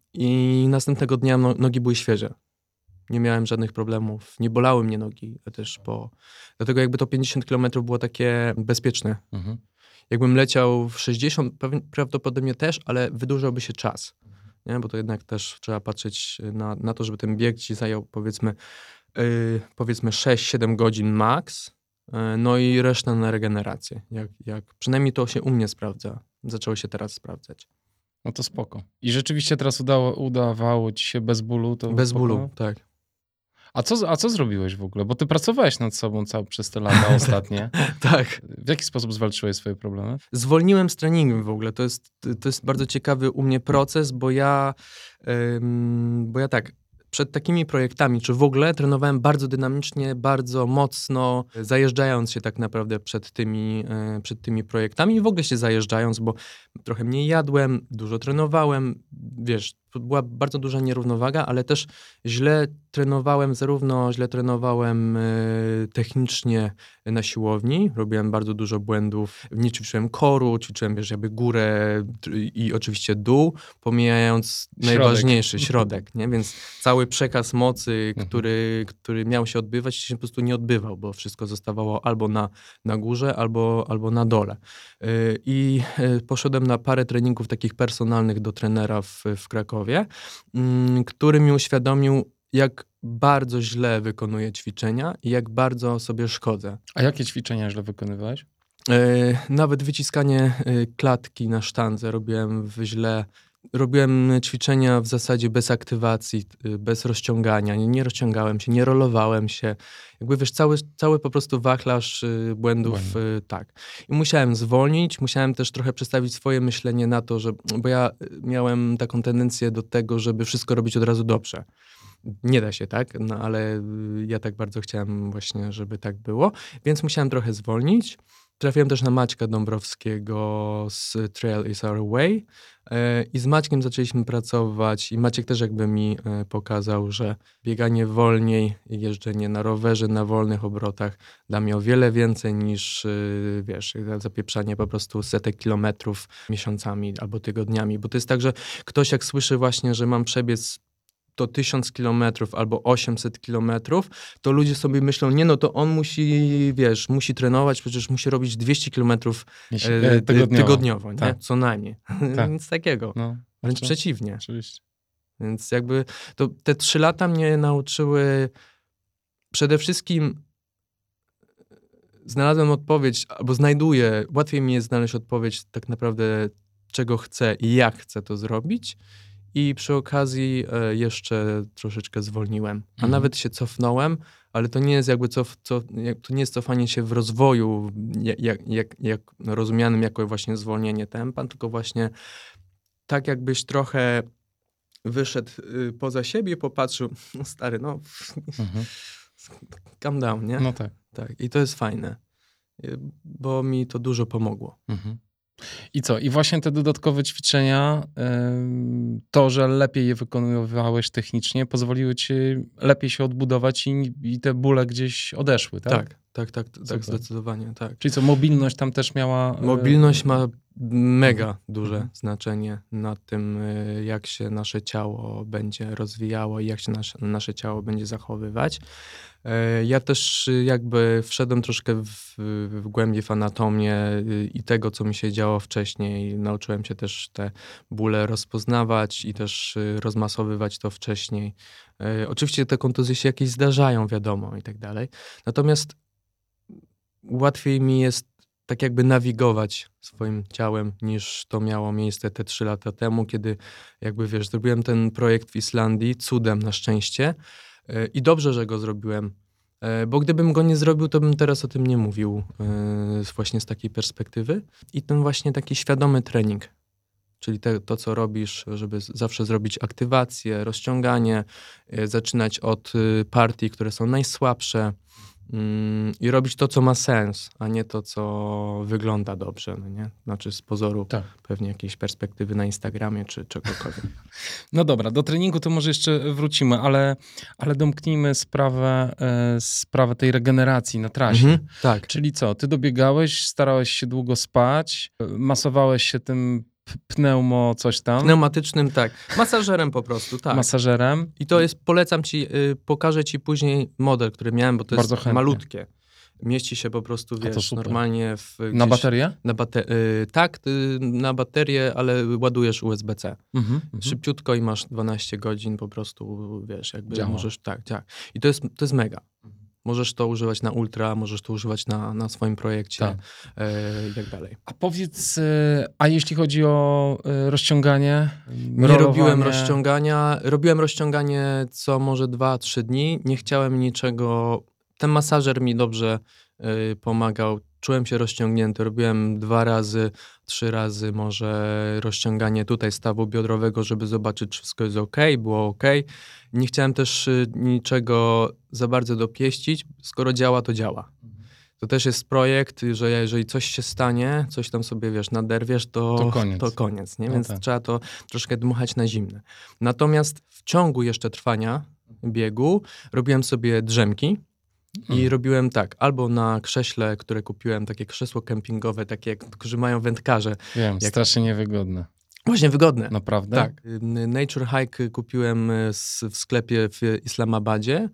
I następnego dnia no, nogi były świeże. Nie miałem żadnych problemów. Nie bolały mnie nogi też po... Dlatego jakby to pięćdziesiąt kilometrów było takie bezpieczne. Mhm. Jakbym leciał w sześćdziesiąt, pewnie, prawdopodobnie też, ale wydłużałby się czas. Nie? Bo to jednak też trzeba patrzeć na, na to, żeby ten bieg ci zajął powiedzmy, yy, powiedzmy sześć siedem godzin max. Yy, no i resztę na regenerację. Jak, jak, przynajmniej to się u mnie sprawdza. Zaczęło się teraz sprawdzać. No to spoko. I rzeczywiście teraz udało, udawało ci się bez bólu? To Bez spoko? bólu, tak. A co, a co zrobiłeś w ogóle? Bo ty pracowałeś nad sobą całe przez te lata ostatnie. Tak. W jaki sposób zwalczyłeś swoje problemy? Zwolniłem z treningiem w ogóle. To jest, to jest bardzo ciekawy u mnie proces, bo ja, ym, bo ja tak, przed takimi projektami, czy w ogóle trenowałem bardzo dynamicznie, bardzo mocno, zajeżdżając się tak naprawdę przed tymi, y, przed tymi projektami i w ogóle się zajeżdżając, bo trochę mniej jadłem, dużo trenowałem, wiesz, to była bardzo duża nierównowaga, ale też źle trenowałem, zarówno źle trenowałem y, technicznie na siłowni, robiłem bardzo dużo błędów, nie ćwiczyłem koru, ćwiczyłem, wiesz, jakby górę i, i oczywiście dół, pomijając Środek. najważniejszy środek, nie? Więc cały przekaz mocy, Mhm. który, który miał się odbywać, się po prostu nie odbywał, bo wszystko zostawało albo na, na górze, albo, albo na dole. Y, I y, poszedłem na parę treningów takich personalnych do trenera w, w Krakowie, mm, który mi uświadomił, jak bardzo źle wykonuję ćwiczenia i jak bardzo sobie szkodzę. A jakie ćwiczenia źle wykonywałeś? E, nawet wyciskanie e, klatki na sztandze robiłem w źle. Robiłem ćwiczenia w zasadzie bez aktywacji, e, bez rozciągania. Nie, nie rozciągałem się, nie rolowałem się. Jakby wiesz, cały, cały po prostu wachlarz e, błędów, e, tak. I musiałem zwolnić, musiałem też trochę przestawić swoje myślenie na to, że, bo ja miałem taką tendencję do tego, żeby wszystko robić od razu dobrze. nie da się tak, no ale ja tak bardzo chciałem właśnie, żeby tak było, więc musiałem trochę zwolnić. Trafiłem też na Maćka Dąbrowskiego z Trail is Our Way i z Maćkiem zaczęliśmy pracować i Maciek też jakby mi pokazał, że bieganie wolniej, jeżdżenie na rowerze na wolnych obrotach da mi o wiele więcej niż, wiesz, zapieprzanie po prostu setek kilometrów miesiącami albo tygodniami, bo to jest tak, że ktoś jak słyszy właśnie, że mam przebiec to tysiąc kilometrów albo osiemset kilometrów, to ludzie sobie myślą, nie no to on musi, wiesz, musi trenować, przecież musi robić dwieście kilometrów e, tygodniowo, tygodniowo nie? Tak. Co najmniej. Tak. Nic takiego. No, Wręcz przeciwnie. Oczywiście. Więc jakby to, te trzy lata mnie nauczyły przede wszystkim znalazłem odpowiedź, albo znajduję, łatwiej mi jest znaleźć odpowiedź tak naprawdę czego chcę i jak chcę to zrobić. I przy okazji e, jeszcze troszeczkę zwolniłem, a mhm. nawet się cofnąłem, ale to nie jest jakby cof, cof, jak, to nie jest cofanie się w rozwoju, jak, jak, jak rozumianym jako właśnie zwolnienie tempa, tylko właśnie tak jakbyś trochę wyszedł y, poza siebie, popatrzył, no stary, no mhm. calm down, nie? No tak. tak. I to jest fajne, bo mi to dużo pomogło. Mhm. I co? I właśnie te dodatkowe ćwiczenia, to, że lepiej je wykonywałeś technicznie, pozwoliły ci lepiej się odbudować i, i te bóle gdzieś odeszły, tak? Tak, tak, tak, tak zdecydowanie, tak. Czyli co, mobilność tam też miała... Mobilność ma mega duże mhm. znaczenie na tym, jak się nasze ciało będzie rozwijało i jak się nasze, nasze ciało będzie zachowywać. Ja też jakby wszedłem troszkę w, w głębiej w anatomię i tego, co mi się działo wcześniej. Nauczyłem się też te bóle rozpoznawać i też rozmasowywać to wcześniej. Oczywiście te kontuzje się jakieś zdarzają, wiadomo, i tak dalej. Natomiast łatwiej mi jest tak jakby nawigować swoim ciałem, niż to miało miejsce te trzy lata temu, kiedy jakby wiesz, zrobiłem ten projekt w Islandii, cudem na szczęście i dobrze, że go zrobiłem, bo gdybym go nie zrobił, to bym teraz o tym nie mówił właśnie z takiej perspektywy i ten właśnie taki świadomy trening, czyli te, to, co robisz, żeby zawsze zrobić aktywację, rozciąganie, zaczynać od partii, które są najsłabsze, i robić to, co ma sens, a nie to, co wygląda dobrze, no nie? Znaczy z pozoru tak. pewnie jakiejś perspektywy na Instagramie czy czegokolwiek. No dobra, do treningu to może jeszcze wrócimy, ale, ale domknijmy sprawę, e, sprawę tej regeneracji na trasie. Mhm, tak. Czyli co, ty dobiegałeś, starałeś się długo spać, masowałeś się tym pneumo coś tam. Pneumatycznym, tak. Masażerem po prostu, tak. Masażerem. I to jest, polecam ci, y, pokażę ci później model, który miałem, bo to Bardzo jest chętnie. malutkie. Mieści się po prostu, wiesz, normalnie w... Gdzieś, na baterię? Na bate- y, tak, y, na baterię, ale ładujesz U S B C. Mhm, Szybciutko i masz dwanaście godzin po prostu, wiesz, jakby Działa. możesz, tak, tak. I to jest, to jest mega. Możesz to używać na ultra, możesz to używać na, na swoim projekcie tak. e, i tak dalej. A powiedz, a jeśli chodzi o rozciąganie? Nie rolowanie... robiłem rozciągania. Robiłem rozciąganie co może dwa, trzy dni. Nie chciałem niczego... Ten masażer mi dobrze y, pomagał. Czułem się rozciągnięty. Robiłem dwa razy, trzy razy może rozciąganie tutaj stawu biodrowego, żeby zobaczyć, czy wszystko jest ok, było ok. Nie chciałem też y, niczego za bardzo dopieścić. Skoro działa, to działa. To też jest projekt, że jeżeli coś się stanie, coś tam sobie, wiesz, naderwiesz, to, to koniec, to koniec nie? No Więc tak. trzeba to troszkę dmuchać na zimne. Natomiast w ciągu jeszcze trwania biegu robiłem sobie drzemki. I hmm. robiłem tak, albo na krześle, które kupiłem, takie krzesło kempingowe, takie, które mają wędkarze. Wiem, jak... strasznie niewygodne. Właśnie wygodne. Naprawdę? Tak. Nature Hike kupiłem w sklepie w Islamabadzie.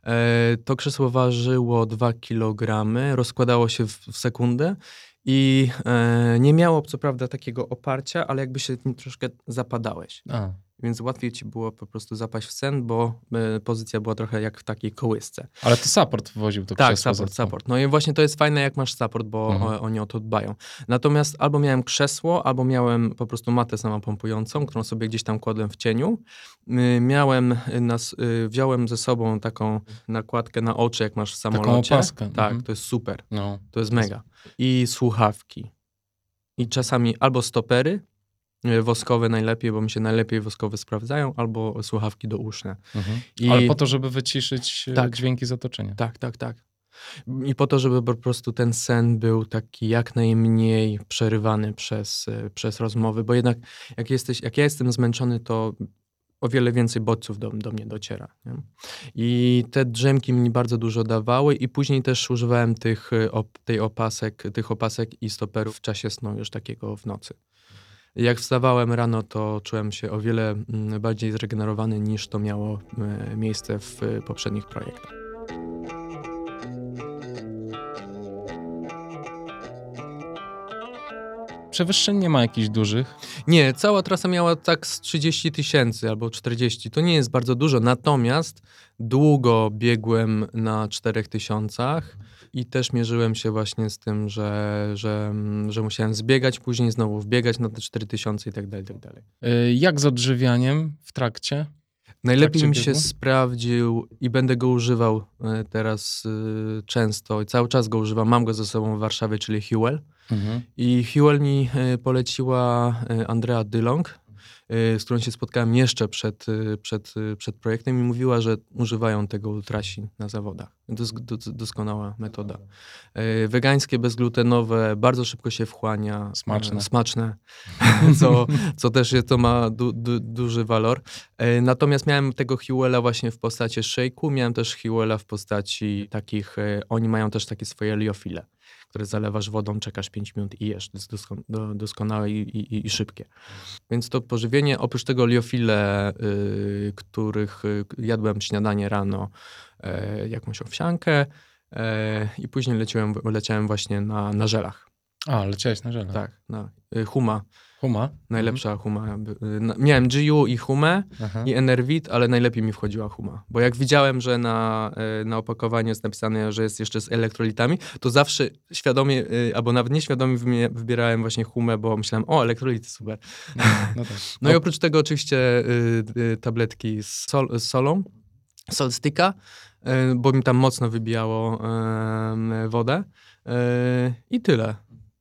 To krzesło ważyło dwa kilogramy, rozkładało się w sekundę i nie miało co prawda takiego oparcia, ale jakby się troszkę zapadałeś. A. Więc łatwiej ci było po prostu zapaść w sen, bo y, pozycja była trochę jak w takiej kołysce. Ale to support woził to tak, krzesło. Tak, support, support. No i właśnie to jest fajne, jak masz support, bo mhm. o, oni o to dbają. Natomiast albo miałem krzesło, albo miałem po prostu matę samopompującą, którą sobie gdzieś tam kładłem w cieniu. Y, miałem, nas, y, wziąłem ze sobą taką nakładkę na oczy, jak masz w samolocie. Taką opaskę. Tak, mhm. to jest super. No. To jest mega. I słuchawki. I czasami albo stopery, woskowe najlepiej, bo mi się najlepiej woskowe sprawdzają, albo słuchawki douszne. Mhm. I... Ale po to, żeby wyciszyć tak. dźwięki z otoczenia. Tak, tak, tak. I po to, żeby po prostu ten sen był taki jak najmniej przerywany przez, przez rozmowy, bo jednak jak, jesteś, jak ja jestem zmęczony, to o wiele więcej bodźców do, do mnie dociera. Nie? I te drzemki mi bardzo dużo dawały i później też używałem tych, op, tej opasek, tych opasek i stoperów w czasie snu już takiego w nocy. Jak wstawałem rano, to czułem się o wiele bardziej zregenerowany niż to miało miejsce w poprzednich projektach. Przewyższeń nie ma jakichś dużych? Nie, cała trasa miała tak z trzydzieści tysięcy albo czterdzieści. To nie jest bardzo dużo, natomiast długo biegłem na czterech tysiącach i też mierzyłem się właśnie z tym, że, że, że musiałem zbiegać, później znowu wbiegać na te cztery tysiące i tak dalej, i tak dalej. Jak z odżywianiem w trakcie? Najlepiej mi się sprawdził i będę go używał teraz y, często i cały czas go używam. Mam go ze sobą w Warszawie, czyli Huel. Mhm. I Huel mi y, poleciła y, Andrea Dylong, y, z którą się spotkałem jeszcze przed, y, przed, y, przed projektem i mówiła, że używają tego ultrasi na zawodach. To jest dos, doskonała metoda. Y, wegańskie, bezglutenowe, bardzo szybko się wchłania. Smaczne. Y, smaczne, co, co też jest, to ma du, du, duży walor. Y, natomiast miałem tego Huela właśnie w postaci shake'u, miałem też Huela w postaci takich, y, oni mają też takie swoje liofile, które zalewasz wodą, czekasz pięć minut i jesz. To jest dosko- do, doskonałe i, i, i szybkie. Więc to pożywienie, oprócz tego liofile, y, których y, jadłem śniadanie rano, y, jakąś owsiankę y, i później leciałem, leciałem właśnie na, na żelach. A, leciałeś na żelach. Tak, na y, huma. Huma? Najlepsza mhm. huma. Miałem G U i humę Aha. i Enervit, ale najlepiej mi wchodziła huma. Bo jak widziałem, że na, na opakowaniu jest napisane, że jest jeszcze z elektrolitami, to zawsze świadomie, albo nawet nieświadomie wybierałem właśnie humę, bo myślałem, o, elektrolity, super. No, no, tak. no i oprócz tego oczywiście y, y, tabletki z, sol, z solą, Solstica, y, bo mi tam mocno wybijało y, wodę y, i tyle.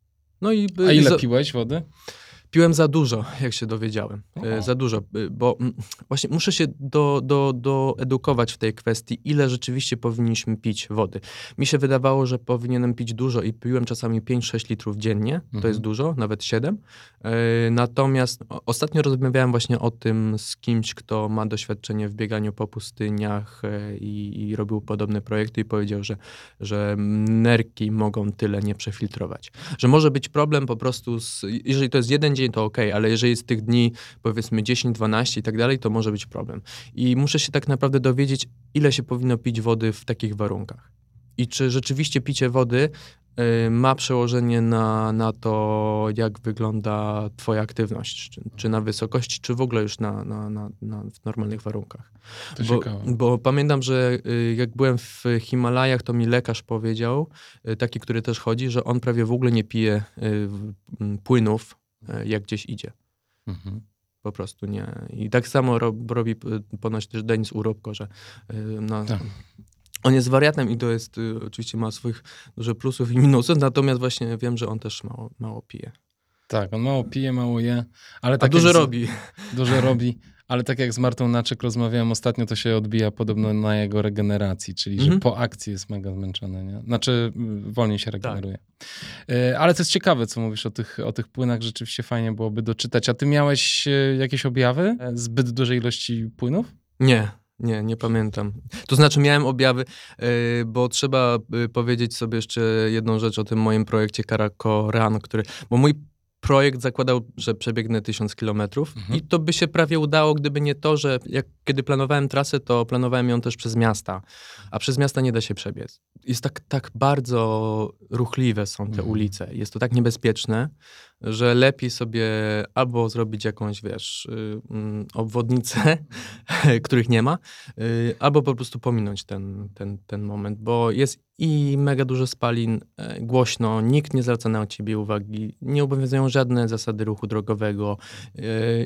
No i, A ile piłeś wody? Piłem za dużo, jak się dowiedziałem. E, za dużo, bo m, właśnie muszę się do, do, doedukować w tej kwestii, ile rzeczywiście powinniśmy pić wody. Mi się wydawało, że powinienem pić dużo i piłem czasami pięć sześć litrów dziennie. Mhm. To jest dużo, nawet siedem. E, natomiast o, ostatnio rozmawiałem właśnie o tym z kimś, kto ma doświadczenie w bieganiu po pustyniach e, i, i robił podobne projekty i powiedział, że, że nerki mogą tyle nie przefiltrować. Że może być problem po prostu, z, jeżeli to jest jeden dzień, to okej, okay, ale jeżeli jest tych dni powiedzmy dziesięć, dwanaście i tak dalej, to może być problem. I muszę się tak naprawdę dowiedzieć, ile się powinno pić wody w takich warunkach. I czy rzeczywiście picie wody y, ma przełożenie na, na to, jak wygląda twoja aktywność. Czy, czy na wysokości, czy w ogóle już na, na, na, na w normalnych warunkach. To bo, ciekawe. Bo pamiętam, że y, jak byłem w Himalajach, to mi lekarz powiedział, y, taki, który też chodzi, że on prawie w ogóle nie pije y, y, płynów, jak gdzieś idzie. Mhm. Po prostu nie. I tak samo rob, robi ponoć też Denis Urobko, że no, tak. on jest wariatem i to jest, oczywiście ma swoich dużo plusów i minusów, natomiast właśnie wiem, że on też mało, mało pije. Tak, on mało pije, mało je, ale tak A dużo z, robi. Dużo robi, ale tak jak z Martą Naczek rozmawiałem ostatnio, to się odbija podobno na jego regeneracji, czyli mm-hmm. że po akcji jest mega zmęczony, nie? Znaczy wolniej się regeneruje. Tak. Ale to jest ciekawe, co mówisz o tych, o tych płynach, rzeczywiście fajnie byłoby doczytać. A ty miałeś jakieś objawy? Zbyt dużej ilości płynów? Nie. Nie, nie pamiętam. To znaczy miałem objawy, yy, bo trzeba yy, powiedzieć sobie jeszcze jedną rzecz o tym moim projekcie Caraco Run, który, bo mój projekt zakładał, że przebiegnę tysiąc kilometrów mhm. i to by się prawie udało, gdyby nie to, że jak, kiedy planowałem trasę, to planowałem ją też przez miasta, a przez miasta nie da się przebiec. Jest tak, tak bardzo ruchliwe są te mhm. ulice, jest to tak niebezpieczne, że lepiej sobie albo zrobić jakąś, wiesz, yy, yy, obwodnicę, których nie ma, yy, albo po prostu pominąć ten, ten, ten moment, bo jest i mega dużo spalin, yy, głośno, nikt nie zwraca na ciebie uwagi, nie obowiązują żadne zasady ruchu drogowego yy,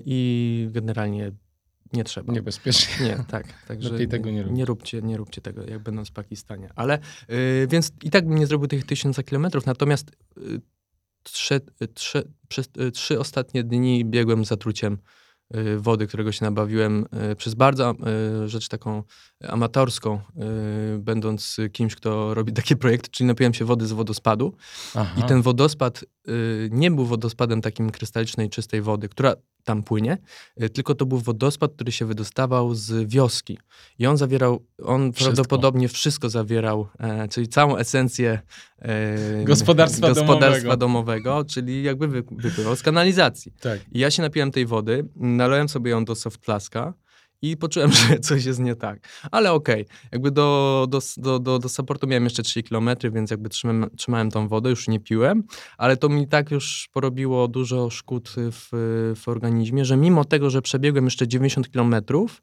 i generalnie nie trzeba. Niebezpiecznie. Nie, tak. Także lepiej tego nie róbcie. Nie róbcie, nie róbcie tego, jak będąc w Pakistanie. Ale, yy, więc i tak bym nie zrobił tych tysiąca kilometrów, natomiast yy, trzy, trzy, przez trzy ostatnie dni biegłem z zatruciem wody, którego się nabawiłem przez bardzo rzecz taką amatorską, będąc kimś, kto robi takie projekty, czyli napiłem się wody z wodospadu. Aha. I ten wodospad nie był wodospadem takim krystalicznej, czystej wody, która tam płynie, tylko to był wodospad, który się wydostawał z wioski. I on zawierał, on wszystko. prawdopodobnie wszystko zawierał, e, czyli całą esencję e, gospodarstwa, gospodarstwa domowego. domowego, czyli jakby wy, wypływał z kanalizacji. Tak. I ja się napiłem tej wody, nalałem sobie ją do softflaska i poczułem, że coś jest nie tak. Ale okej, okay. jakby do, do, do, do, do supportu miałem jeszcze trzy kilometry, więc jakby trzymałem, trzymałem tą wodę, już nie piłem, ale to mi tak już porobiło dużo szkód w, w organizmie, że mimo tego, że przebiegłem jeszcze dziewięćdziesiąt kilometrów,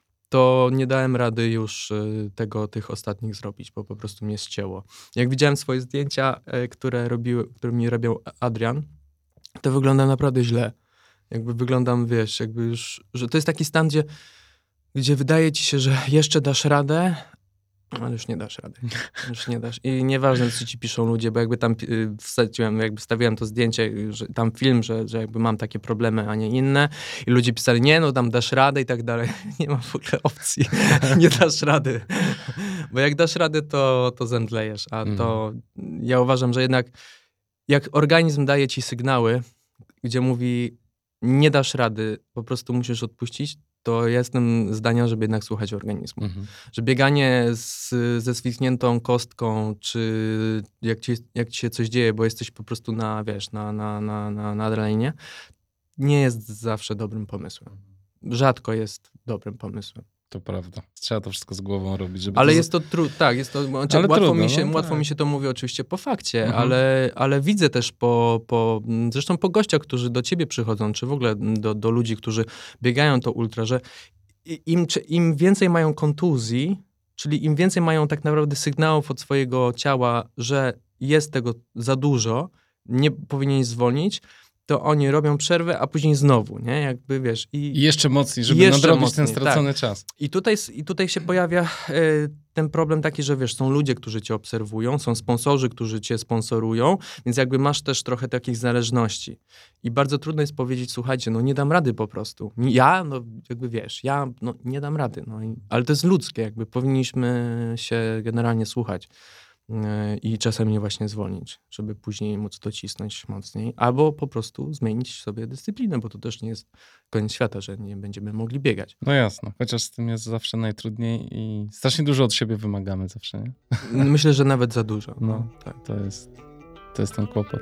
to nie dałem rady już tego, tych ostatnich zrobić, bo po prostu mnie ścięło. Jak widziałem swoje zdjęcia, które, robiły, które mi robił Adrian, to wygląda naprawdę źle. Jakby wyglądam, wiesz, jakby już, że to jest taki stan, gdzie, gdzie wydaje ci się, że jeszcze dasz radę, ale już nie dasz rady. Już nie dasz. I nieważne, co ci piszą ludzie, bo jakby tam wstawiłem, jakby stawiałem to zdjęcie, że tam film, że, że jakby mam takie problemy, a nie inne. I ludzie pisali, nie no, tam dasz radę i tak dalej. Nie ma w ogóle opcji. Nie dasz rady. Bo jak dasz radę, to, to zemdlejesz. A to mm. ja uważam, że jednak jak organizm daje ci sygnały, gdzie mówi, nie dasz rady, po prostu musisz odpuścić, to ja jestem zdania, żeby jednak słuchać organizmu. Mhm. Że bieganie z, ze zwichniętą kostką, czy jak ci, jak ci się coś dzieje, bo jesteś po prostu na, wiesz, na, na, na, na, na adrenalinie, nie jest zawsze dobrym pomysłem. Rzadko jest dobrym pomysłem. To prawda. Trzeba to wszystko z głową robić. Żeby ale to... jest to trudne, tak, jest to, znaczy, łatwo, trudno, mi się, no, łatwo tak. mi się to mówi oczywiście po fakcie, mhm. ale, ale widzę też po, po, zresztą po gościach, którzy do ciebie przychodzą, czy w ogóle do, do ludzi, którzy biegają to ultra, że im, im więcej mają kontuzji, czyli im więcej mają tak naprawdę sygnałów od swojego ciała, że jest tego za dużo, nie powinien zwolnić, to oni robią przerwę, a później znowu, nie? Jakby, wiesz... I, I jeszcze mocniej, żeby jeszcze nadrobić mocniej, ten stracony tak. czas. I tutaj, I tutaj się pojawia y, ten problem taki, że wiesz, są ludzie, którzy cię obserwują, są sponsorzy, którzy cię sponsorują, więc jakby masz też trochę takich zależności. I bardzo trudno jest powiedzieć, słuchajcie, no nie dam rady po prostu. Ja, no jakby wiesz, ja no, nie dam rady. No, i, ale to jest ludzkie, jakby powinniśmy się generalnie słuchać. I czasami właśnie zwolnić, żeby później móc docisnąć mocniej, albo po prostu zmienić sobie dyscyplinę, bo to też nie jest koniec świata, że nie będziemy mogli biegać. No jasno, chociaż z tym jest zawsze najtrudniej i strasznie dużo od siebie wymagamy zawsze, nie? Myślę, że nawet za dużo. No, no tak. To jest, to jest ten kłopot.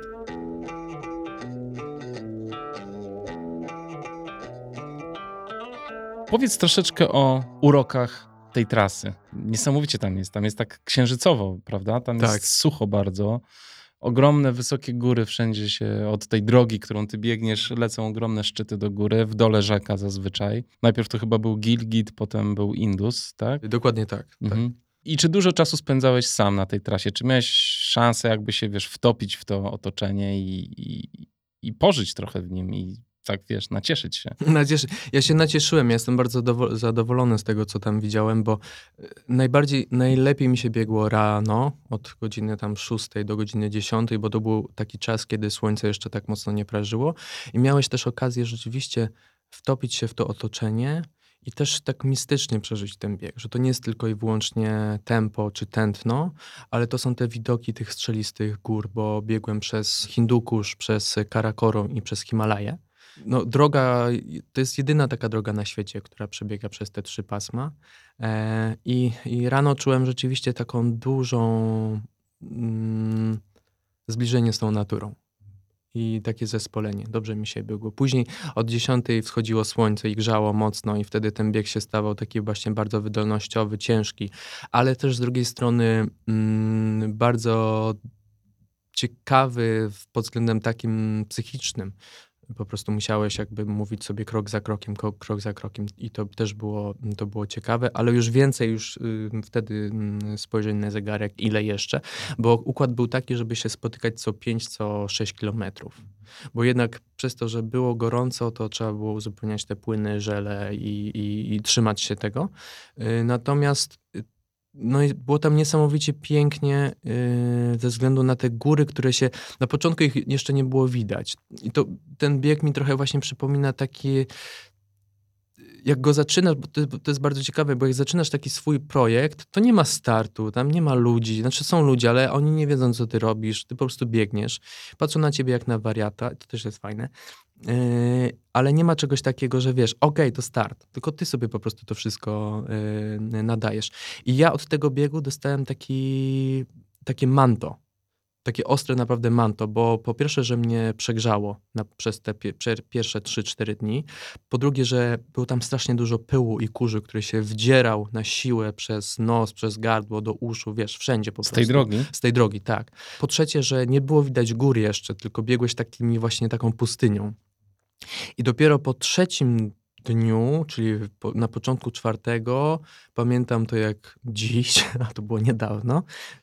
Powiedz troszeczkę o urokach tej trasy. Niesamowicie tam jest. Tam jest tak księżycowo, prawda? Tam tak. jest sucho bardzo. Ogromne, wysokie góry wszędzie się od tej drogi, którą ty biegniesz, lecą ogromne szczyty do góry, w dole rzeka zazwyczaj. Najpierw to chyba był Gilgit, potem był Indus, tak? Dokładnie tak. Mhm. tak. I czy dużo czasu spędzałeś sam na tej trasie? Czy miałeś szansę jakby się, wiesz, wtopić w to otoczenie i, i, i pożyć trochę w nim i tak, wiesz, nacieszyć się. Nacieszy... Ja się nacieszyłem, ja jestem bardzo dowo- zadowolony z tego, co tam widziałem, bo najbardziej, najlepiej mi się biegło rano, od godziny tam szóstej do godziny dziesiątej, bo to był taki czas, kiedy słońce jeszcze tak mocno nie prażyło i miałeś też okazję rzeczywiście wtopić się w to otoczenie i też tak mistycznie przeżyć ten bieg, że to nie jest tylko i wyłącznie tempo czy tętno, ale to są te widoki tych strzelistych gór, bo biegłem przez Hindukusz, przez Karakorum i przez Himalaje. No, droga, to jest jedyna taka droga na świecie, która przebiega przez te trzy pasma. E, i, I rano czułem rzeczywiście taką dużą mm, zbliżenie z tą naturą. I takie zespolenie. Dobrze mi się biegło. Później od dziesiątej wschodziło słońce i grzało mocno i wtedy ten bieg się stawał taki właśnie bardzo wydolnościowy, ciężki, ale też z drugiej strony mm, bardzo ciekawy pod względem takim psychicznym. Po prostu musiałeś jakby mówić sobie krok za krokiem, krok za krokiem i to też było, to było ciekawe, ale już więcej już y, wtedy y, spojrzeń na zegarek, ile jeszcze, bo układ był taki, żeby się spotykać co pięć, co sześć kilometrów, bo jednak przez to, że było gorąco, to trzeba było uzupełniać te płyny, żele i, i, i trzymać się tego. Y, natomiast y, no i było tam niesamowicie pięknie yy, ze względu na te góry, które się... Na początku ich jeszcze nie było widać. I to ten bieg mi trochę właśnie przypomina taki... Jak go zaczynasz, bo to, bo to jest bardzo ciekawe, bo jak zaczynasz taki swój projekt, to nie ma startu, tam nie ma ludzi, znaczy są ludzie, ale oni nie wiedzą, co ty robisz, ty po prostu biegniesz, patrzą na ciebie jak na wariata, to też jest fajne, yy, ale nie ma czegoś takiego, że wiesz, okej, okay, to start, tylko ty sobie po prostu to wszystko yy, nadajesz. I ja od tego biegu dostałem taki, takie manto, takie ostre naprawdę manto, bo po pierwsze, że mnie przegrzało na, przez te pie, prze, pierwsze trzy cztery dni. Po drugie, że było tam strasznie dużo pyłu i kurzu, który się wdzierał na siłę przez nos, przez gardło, do uszu, wiesz, wszędzie po prostu. Z tej drogi? Z tej drogi, tak. Po trzecie, że nie było widać gór jeszcze, tylko biegłeś takimi właśnie taką pustynią. I dopiero po trzecim dniu, czyli po, na początku czwartego, pamiętam to jak dziś, a to było niedawno,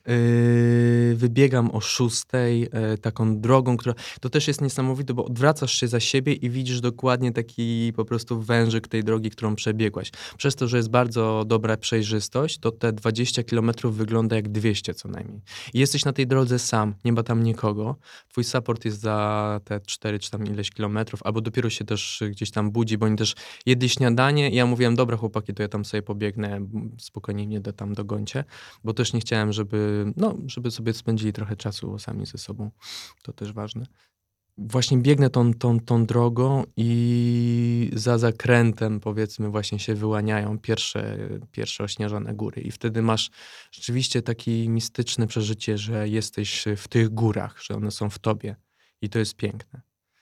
yy, wybiegam o szóstej yy, taką drogą, która, to też jest niesamowite, bo odwracasz się za siebie i widzisz dokładnie taki po prostu wężyk tej drogi, którą przebiegłaś. Przez to, że jest bardzo dobra przejrzystość, to te dwadzieścia kilometrów wygląda jak dwieście co najmniej. I jesteś na tej drodze sam, nie ma tam nikogo. Twój support jest za te cztery czy tam ileś kilometrów, albo dopiero się też gdzieś tam budzi, bo oni też jedli śniadanie i ja mówiłem, dobra chłopaki, to ja tam sobie pobiegnę, spokojnie mnie do, tam dogońcie, bo też nie chciałem, żeby, no, żeby sobie spędzili trochę czasu sami ze sobą. To też ważne. Właśnie biegnę tą, tą, tą drogą i za zakrętem, powiedzmy, właśnie się wyłaniają pierwsze, pierwsze ośnieżone góry i wtedy masz rzeczywiście takie mistyczne przeżycie, że jesteś w tych górach, że one są w tobie i to jest piękne.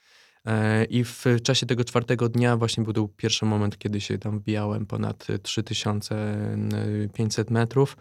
I w czasie tego czwartego dnia właśnie był pierwszy moment, kiedy się tam wbijałem ponad trzy tysiące pięćset metrów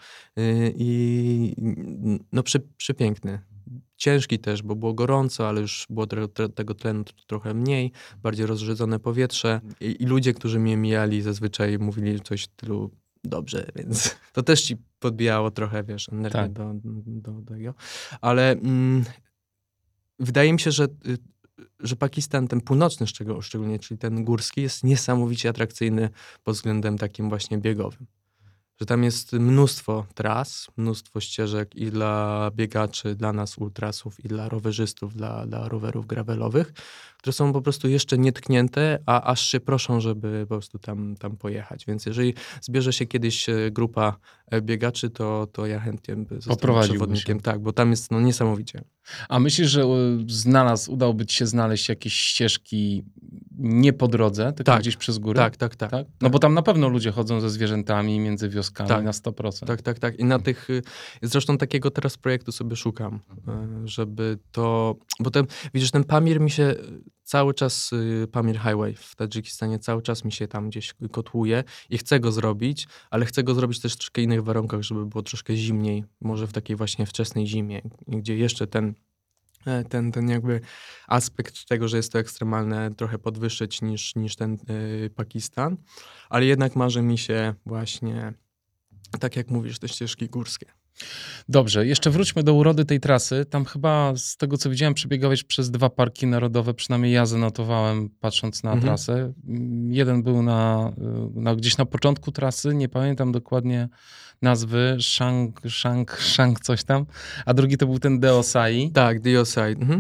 i no przy, przepiękny. Ciężki też, bo było gorąco, ale już było tego tlenu trochę mniej, bardziej rozrzedzone powietrze i, i ludzie, którzy mnie mijali, zazwyczaj mówili coś w stylu dobrze, więc to też ci podbijało trochę, wiesz, energię tak. do, do, do tego. Ale mm, wydaje mi się, że że Pakistan, ten północny szczególnie, czyli ten górski, jest niesamowicie atrakcyjny pod względem takim właśnie biegowym. Że tam jest mnóstwo tras, mnóstwo ścieżek i dla biegaczy, dla nas ultrasów, i dla rowerzystów, dla, dla rowerów gravelowych, które są po prostu jeszcze nietknięte, a aż się proszą, żeby po prostu tam, tam pojechać. Więc jeżeli zbierze się kiedyś grupa biegaczy, to, to ja chętnie zostanę przewodnikiem. Tak, bo tam jest no, niesamowicie. A myślisz, że znalazł, udałoby ci się znaleźć jakieś ścieżki nie po drodze, tylko tak, gdzieś przez góry? Tak, tak, tak. tak no tak. Bo tam na pewno ludzie chodzą ze zwierzętami między wioskami tak, na sto procent. Tak, tak, tak. I na tych, zresztą takiego teraz projektu sobie szukam, żeby to, bo ten, widzisz, ten Pamir mi się cały czas, Pamir Highway w Tadżykistanie cały czas mi się tam gdzieś kotłuje i chcę go zrobić, ale chcę go zrobić też w troszkę innych warunkach, żeby było troszkę zimniej, może w takiej właśnie wczesnej zimie, gdzie jeszcze ten Ten, ten jakby aspekt tego, że jest to ekstremalne, trochę podwyższyć niż, niż ten y, Pakistan, ale jednak marzy mi się właśnie, tak jak mówisz, te ścieżki górskie. Dobrze, jeszcze wróćmy do urody tej trasy. Tam chyba z tego, co widziałem, przebiegałeś przez dwa parki narodowe, przynajmniej ja zanotowałem, patrząc na mhm. trasę. Jeden był na, na, gdzieś na początku trasy, nie pamiętam dokładnie nazwy, Shang, Shang, Shang coś tam, a drugi to był ten Deosai. Tak, Deosai. Mhm.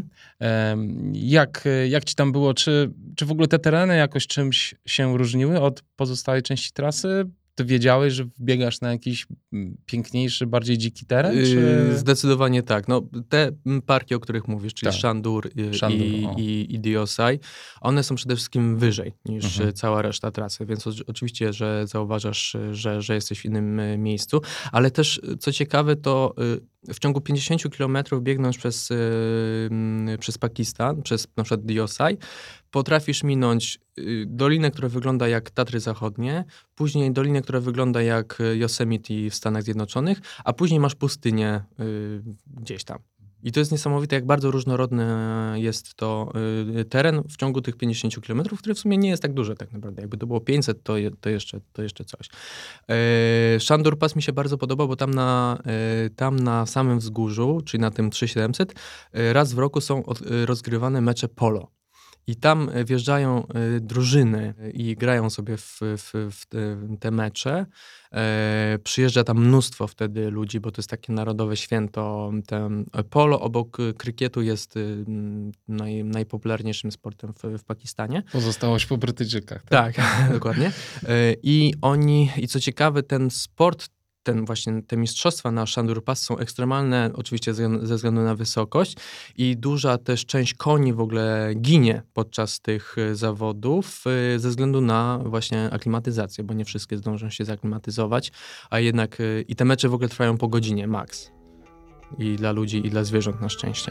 Jak, jak ci tam było? Czy, czy w ogóle te tereny jakoś czymś się różniły od pozostałej części trasy? Ty wiedziałeś, że wbiegasz na jakiś piękniejszy, bardziej dziki teren? Czy... Yy, zdecydowanie tak. No, te parki, o których mówisz, czyli tak. Shandur, Shandur i, i, i Deosai, one są przede wszystkim wyżej niż mhm. cała reszta trasy, więc o, oczywiście, że zauważasz, że, że jesteś w innym miejscu, ale też, co ciekawe, to w ciągu pięćdziesięciu kilometrów biegnąc przez, yy, przez Pakistan, przez na przykład Deosai, potrafisz minąć dolinę, która wygląda jak Tatry Zachodnie, później dolinę, która wygląda jak Yosemite w Stanach Zjednoczonych, a później masz pustynię y, gdzieś tam. I to jest niesamowite, jak bardzo różnorodny jest to y, teren w ciągu tych pięćdziesięciu kilometrów, który w sumie nie jest tak duży tak naprawdę. Jakby to było pięćset, to, je, to, jeszcze, to jeszcze coś. Y, Shandur Pass mi się bardzo podobał, bo tam na, y, tam na samym wzgórzu, czyli na tym trzy tysiące siedemset, y, raz w roku są od, y, rozgrywane mecze polo. I tam wjeżdżają y, drużyny i grają sobie w, w, w te, te mecze. E, przyjeżdża tam mnóstwo wtedy ludzi, bo to jest takie narodowe święto. Ten polo obok krykietu jest y, naj, najpopularniejszym sportem w, w Pakistanie. Pozostałość po Brytyjczykach. Tak, tak dokładnie. E, I oni, i co ciekawe, ten sport, ten właśnie, te mistrzostwa na Shandur Pass są ekstremalne, oczywiście ze, ze względu na wysokość i duża też część koni w ogóle ginie podczas tych zawodów y, ze względu na właśnie aklimatyzację, bo nie wszystkie zdążą się zaklimatyzować, a jednak y, i te mecze w ogóle trwają po godzinie max. I dla ludzi, i dla zwierząt na szczęście.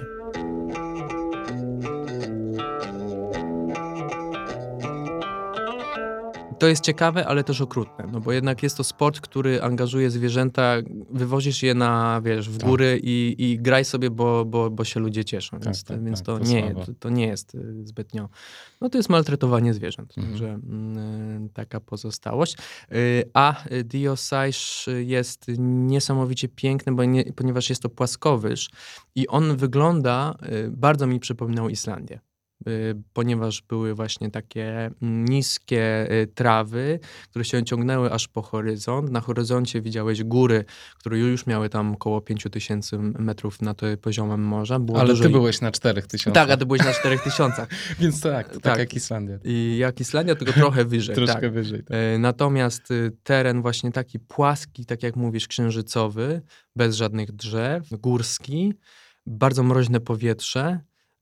To jest ciekawe, ale też okrutne, no bo jednak jest to sport, który angażuje zwierzęta, wywozisz je na, wiesz, w góry tak. i, i graj sobie, bo, bo, bo się ludzie cieszą, tak, więc, tak, więc tak, to, to, nie, to, to nie jest zbytnio, no to jest maltretowanie zwierząt, mhm. także y, taka pozostałość. Y, a Diosaisz jest niesamowicie piękny, bo nie, ponieważ jest to płaskowyż i on wygląda, y, bardzo mi przypominał Islandię. Ponieważ były właśnie takie niskie trawy, które się ciągnęły aż po horyzont. Na horyzoncie widziałeś góry, które już miały tam około pięć tysięcy metrów nad poziomem morza. Było Ale dużo... ty byłeś na czterech tysiącach. Tak, a ty byłeś na czterech tysiącach. Więc tak, to tak, tak jak Islandia. I jak Islandia, tylko trochę wyżej. Troszkę tak. wyżej. Tak. Natomiast teren właśnie taki płaski, tak jak mówisz, księżycowy, bez żadnych drzew, górski, bardzo mroźne powietrze.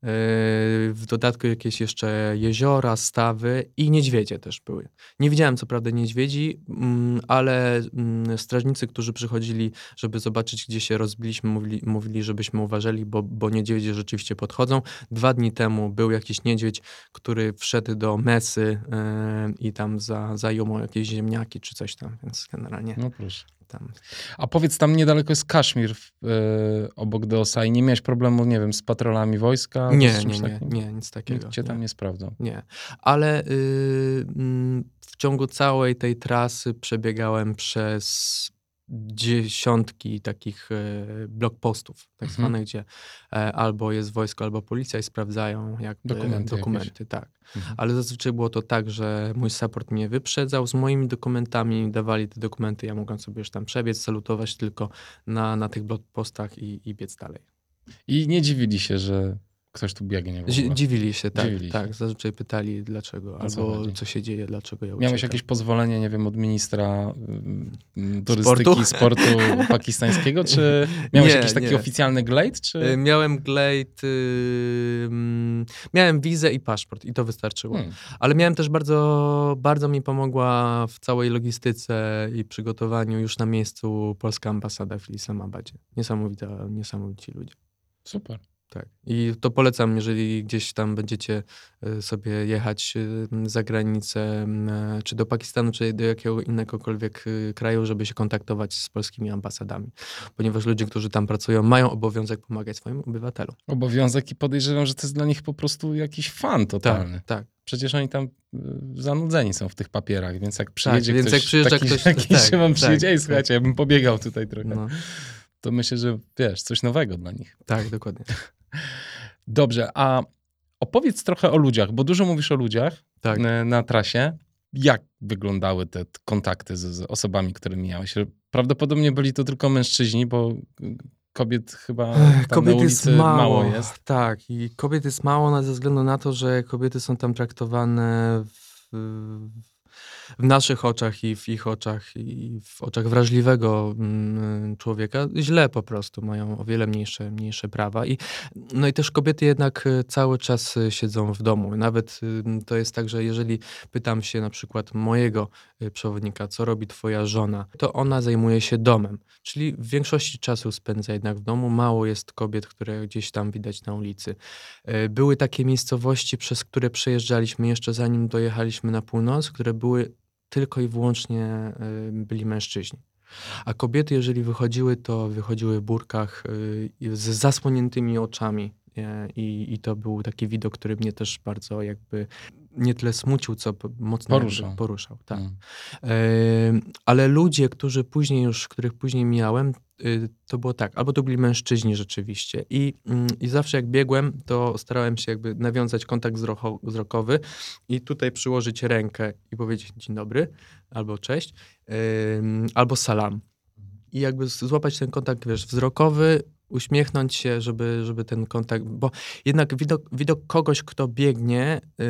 W dodatku jakieś jeszcze jeziora, stawy i niedźwiedzie też były. Nie widziałem co prawda niedźwiedzi, ale strażnicy, którzy przychodzili, żeby zobaczyć, gdzie się rozbiliśmy, mówili, mówili żebyśmy uważali, bo, bo niedźwiedzie rzeczywiście podchodzą. Dwa dni temu był jakiś niedźwiedź, który wszedł do mesy i tam za, zajął mu jakieś ziemniaki czy coś tam, więc generalnie... No proszę. Tam. A powiedz, tam niedaleko jest Kaszmir, yy, obok Diosai. Nie miałeś problemu, nie wiem, z patrolami wojska? Nie, nie, nie, nie, nic takiego. Nikt cię tam nie, nie sprawdzał? Nie, ale yy, w ciągu całej tej trasy przebiegałem przez dziesiątki takich e, blokpostów, tak mhm. zwanych, gdzie e, albo jest wojsko, albo policja i sprawdzają jakby dokumenty, dokumenty tak. Mhm. Ale zazwyczaj było to tak, że mój support mnie wyprzedzał z moimi dokumentami, dawali te dokumenty, ja mogłem sobie już tam przebiec, salutować tylko na, na tych blokpostach i, i biec dalej. I nie dziwili się, że ktoś tu biegnie w ogóle. Dziwili się, tak. Dziwili tak. się. Zazwyczaj pytali dlaczego, A co albo chodzi? co się dzieje, dlaczego ja uciekam. Miałeś jakieś pozwolenie, nie wiem, od ministra y, turystyki, sportu, sportu pakistańskiego, czy miałeś nie, jakiś taki nie. oficjalny glejt? Czy... Miałem glejt, yy, miałem wizę i paszport i to wystarczyło. Hmm. Ale miałem też bardzo, bardzo mi pomogła w całej logistyce i przygotowaniu już na miejscu polska ambasada w Islamabadzie. Niesamowita, niesamowici ludzie. Super. Tak. I to polecam, jeżeli gdzieś tam będziecie sobie jechać za granicę, czy do Pakistanu, czy do jakiego innegokolwiek kraju, żeby się kontaktować z polskimi ambasadami. Ponieważ ludzie, którzy tam pracują, mają obowiązek pomagać swoim obywatelom. Obowiązek i podejrzewam, że to jest dla nich po prostu jakiś fan totalny. Tak, tak. Przecież oni tam zanudzeni są w tych papierach, więc jak przyjedzie tak, ktoś, więc jak przyjeżdża taki, ktoś, taki tak, Szymon tak, przyjedzie, tak, i słuchajcie, tak. ja bym pobiegał tutaj trochę. No. To myślę, że wiesz, coś nowego dla nich. Tak, dokładnie. Dobrze, a opowiedz trochę o ludziach, bo dużo mówisz o ludziach tak. na, na trasie. Jak wyglądały te kontakty z, z osobami, które mijałeś? Prawdopodobnie byli to tylko mężczyźni, bo kobiet chyba tam kobiet na ulicy jest mało. mało jest. Tak, i kobiet jest mało ze względu na to, że kobiety są tam traktowane w, w naszych oczach i w ich oczach i w oczach wrażliwego mm, człowieka źle po prostu, mają o wiele mniejsze, mniejsze prawa. I, no i też kobiety jednak cały czas siedzą w domu. Nawet y, to jest tak, że jeżeli pytam się na przykład mojego y, przewodnika, co robi twoja żona, to ona zajmuje się domem. Czyli w większości czasu spędza jednak w domu. Mało jest kobiet, które gdzieś tam widać na ulicy. Y, były takie miejscowości, przez które przejeżdżaliśmy jeszcze zanim dojechaliśmy na północ, które były tylko i wyłącznie y, byli mężczyźni. A kobiety, jeżeli wychodziły, to wychodziły w burkach y, z zasłoniętymi oczami. I, I to był taki widok, który mnie też bardzo jakby nie tyle smucił, co mocno Poruszał. poruszał tak. Mm. Yy, ale ludzie, którzy później już, których później mijałem, yy, to było tak, albo to byli mężczyźni rzeczywiście i, yy, i zawsze jak biegłem, to starałem się jakby nawiązać kontakt wzroko- wzrokowy i tutaj przyłożyć rękę i powiedzieć dzień dobry, albo cześć, yy, albo salam. I jakby złapać ten kontakt, wiesz, wzrokowy, uśmiechnąć się, żeby, żeby ten kontakt, bo jednak widok, widok kogoś, kto biegnie, yy,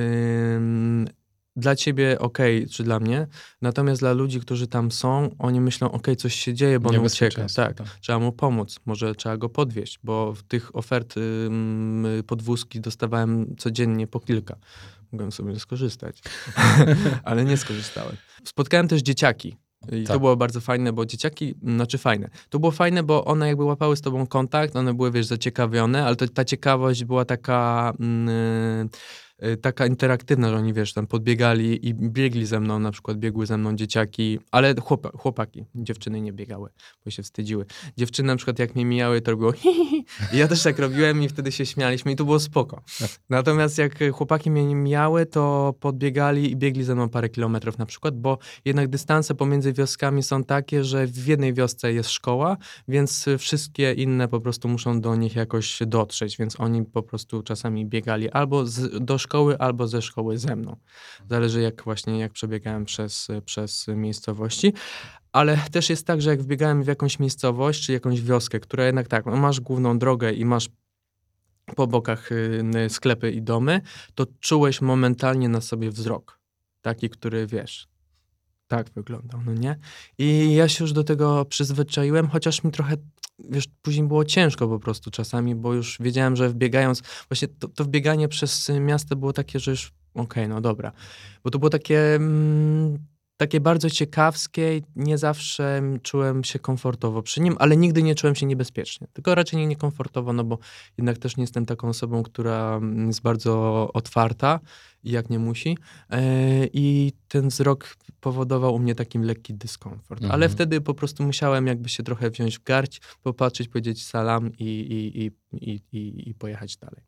dla ciebie okej, okay, czy dla mnie, natomiast dla ludzi, którzy tam są, oni myślą, okej, okay, coś się dzieje, bo on ucieka. Tak, tak, trzeba mu pomóc, może trzeba go podwieźć, bo w tych ofert yy, podwózki dostawałem codziennie po kilka. Mogłem sobie skorzystać, ale nie skorzystałem. Spotkałem też dzieciaki. I tak. To było bardzo fajne, bo dzieciaki, znaczy fajne. To było fajne, bo one jakby łapały z tobą kontakt, one były, wiesz, zaciekawione, ale to, ta ciekawość była taka... Yy, taka interaktywna, że oni, wiesz, tam podbiegali i biegli ze mną, na przykład biegły ze mną dzieciaki, ale chłopa, chłopaki, dziewczyny nie biegały, bo się wstydziły. Dziewczyny na przykład jak mnie mijały, to robiło hi, hi, hi. I ja też tak robiłem i wtedy się śmialiśmy i to było spoko. Natomiast jak chłopaki mnie mijały, to podbiegali i biegli ze mną parę kilometrów na przykład, bo jednak dystanse pomiędzy wioskami są takie, że w jednej wiosce jest szkoła, więc wszystkie inne po prostu muszą do nich jakoś dotrzeć, więc oni po prostu czasami biegali albo z, do szkoły, szkoły albo ze szkoły ze mną. Zależy jak właśnie, jak przebiegałem przez, przez miejscowości. Ale też jest tak, że jak wbiegałem w jakąś miejscowość, czy jakąś wioskę, która jednak tak, no masz główną drogę i masz po bokach y, sklepy i domy, to czułeś momentalnie na sobie wzrok. Taki, który wiesz, tak wyglądał, no nie? I ja się już do tego przyzwyczaiłem, chociaż mi trochę, wiesz, później było ciężko po prostu czasami, bo już wiedziałem, że wbiegając, właśnie to, to wbieganie przez miasto było takie, że już okej, okay, no dobra. Bo to było takie, mm, takie bardzo ciekawskie, nie zawsze czułem się komfortowo przy nim, ale nigdy nie czułem się niebezpiecznie. Tylko raczej nie niekomfortowo, no bo jednak też nie jestem taką osobą, która jest bardzo otwarta i jak nie musi. Yy, I ten wzrok powodował u mnie taki lekki dyskomfort. Mhm. Ale wtedy po prostu musiałem jakby się trochę wziąć w garść, popatrzeć, powiedzieć salam i, i, i, i, i, i pojechać dalej.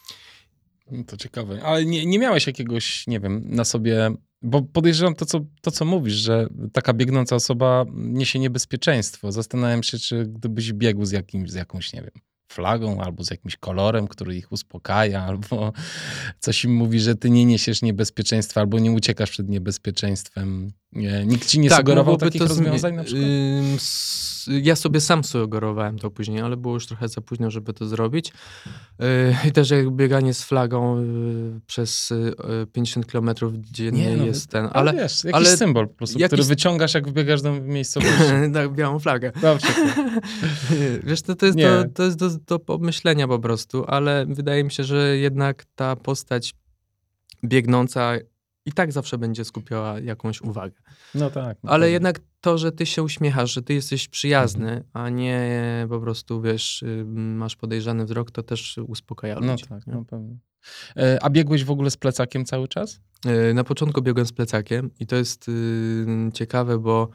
To ciekawe. Ale nie, nie miałeś jakiegoś, nie wiem, na sobie... Bo podejrzewam to co, to, co mówisz, że taka biegnąca osoba niesie niebezpieczeństwo. Zastanawiam się, czy gdybyś biegł z, jakimś, z jakąś, nie wiem, flagą albo z jakimś kolorem, który ich uspokaja, albo coś im mówi, że ty nie niesiesz niebezpieczeństwa, albo nie uciekasz przed niebezpieczeństwem. Nie, nikt ci nie tak, sugerował takich to rozwiązań zmi- na przykład? Yy, ja sobie sam sugerowałem to później, ale było już trochę za późno, żeby to zrobić. Yy, I też jak bieganie z flagą yy, przez yy, pięćdziesiąt kilometrów dziennie nie, no, jest ten... Ale, ale wiesz, jakiś ale symbol po prostu, jakiś... który wyciągasz, jak wybiegasz do miejscowości. Tak, białą flagę. Dobrze. Wiesz, to, to jest, do, to jest do, do pomyślenia po prostu, ale wydaje mi się, że jednak ta postać biegnąca i tak zawsze będzie skupiała jakąś uwagę. No tak. No ale tak. jednak to, że ty się uśmiechasz, że ty jesteś przyjazny, mhm. a nie po prostu, wiesz, masz podejrzany wzrok, to też uspokaja ludzi. No tak, no pewnie. A biegłeś w ogóle z plecakiem cały czas? Na początku biegłem z plecakiem i to jest yy, ciekawe, bo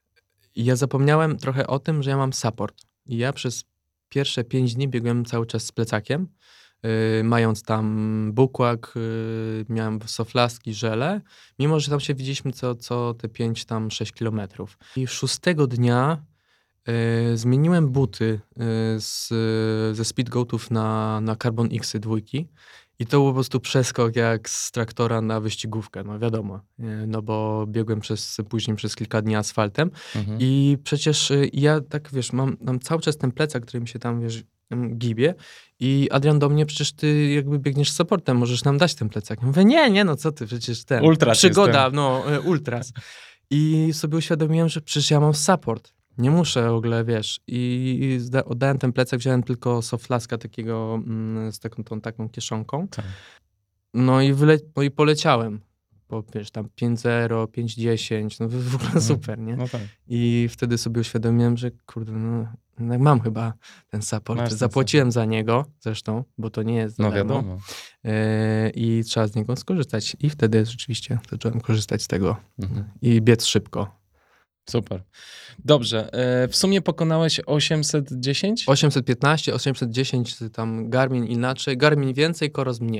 ja zapomniałem trochę o tym, że ja mam support. I ja przez pierwsze pięć dni biegłem cały czas z plecakiem, yy, mając tam bukłak, yy, miałem soflaski, żele, mimo że tam się widzieliśmy co, co te pięć, tam sześć kilometrów. I szóstego dnia yy, zmieniłem buty yy, z, ze Speedgoatów na, na Carbon X dwójki. I to był po prostu przeskok jak z traktora na wyścigówkę, no wiadomo, no bo biegłem przez, później przez kilka dni asfaltem mhm. i przecież ja tak, wiesz, mam, mam cały czas ten plecak, który mi się tam, wiesz, gibie i Adrian do mnie, przecież ty jakby biegniesz z supportem, możesz nam dać ten plecak. Ja mówię, nie, nie, no co ty, przecież ten, ultras przygoda, jestem. no ultras. I sobie uświadomiłem, że przecież ja mam support. Nie muszę w ogóle, wiesz, i zda- oddałem ten plecak, wziąłem tylko soflaska takiego mm, z taką, tą, taką kieszonką. Tak. No i, wyle- no i poleciałem. Po, wiesz, tam pięć zero, pięć dziesięć, no w ogóle super, nie? No tak. I wtedy sobie uświadomiłem, że kurde, no, no mam chyba ten support. Masz Zapłaciłem ten za niego zresztą, bo to nie jest za No darmo. wiadomo. Yy, I trzeba z niego skorzystać. I wtedy rzeczywiście zacząłem korzystać z tego mhm. i biec szybko. Super. Dobrze. W sumie pokonałeś osiemset dziesięć? osiemset piętnaście, osiemset dziesięć, tam Garmin inaczej. Garmin więcej, Coros mniej.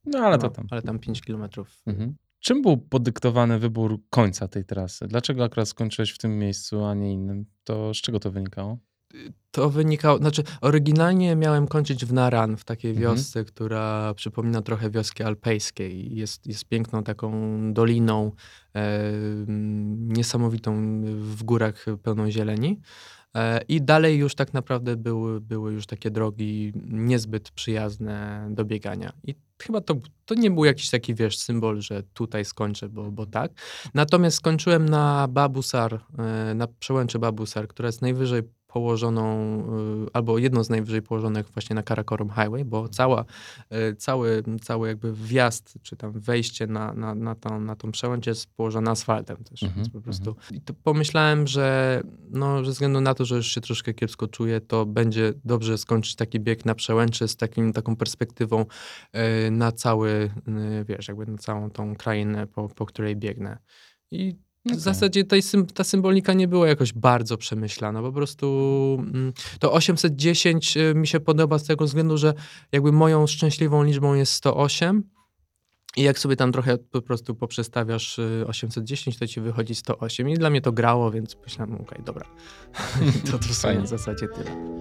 No ale no, to tam. Ale tam pięć kilometrów. Mhm. Czym był podyktowany wybór końca tej trasy? Dlaczego akurat skończyłeś w tym miejscu, a nie innym? To z czego to wynikało? To wynikało, znaczy oryginalnie miałem kończyć w Naran, w takiej Mhm. wiosce, która przypomina trochę wioski alpejskiej. Jest, jest piękną taką doliną, e, niesamowitą w górach pełną zieleni. E, I dalej już tak naprawdę były, były już takie drogi niezbyt przyjazne do biegania. I chyba to, to nie był jakiś taki, wiesz, symbol, że tutaj skończę, bo, bo tak. Natomiast skończyłem na Babusar, e, na przełęczy Babusar, która jest najwyżej położoną, y, albo jedną z najwyżej położonych właśnie na Karakorum Highway, bo cała, y, cały, cały jakby wjazd, czy tam wejście na, na, na, tą, na tą przełęcz jest położona asfaltem też, Mhm, więc po prostu i to pomyślałem, że no, ze względu na to, że już się troszkę kiepsko czuję, to będzie dobrze skończyć taki bieg na przełęczy z takim, taką perspektywą y, na cały, y, wiesz, jakby na całą tą krainę, po, po której biegnę. I Okay. w zasadzie tej, ta symbolika nie była jakoś bardzo przemyślana. Po prostu mm, to osiemset dziesięć mi się podoba z tego względu, że jakby moją szczęśliwą liczbą jest sto osiem i jak sobie tam trochę po prostu poprzestawiasz osiemset dziesięć, to ci wychodzi sto osiem. I dla mnie to grało, więc myślałem, okej, okay, dobra. to to w sumie w zasadzie tyle.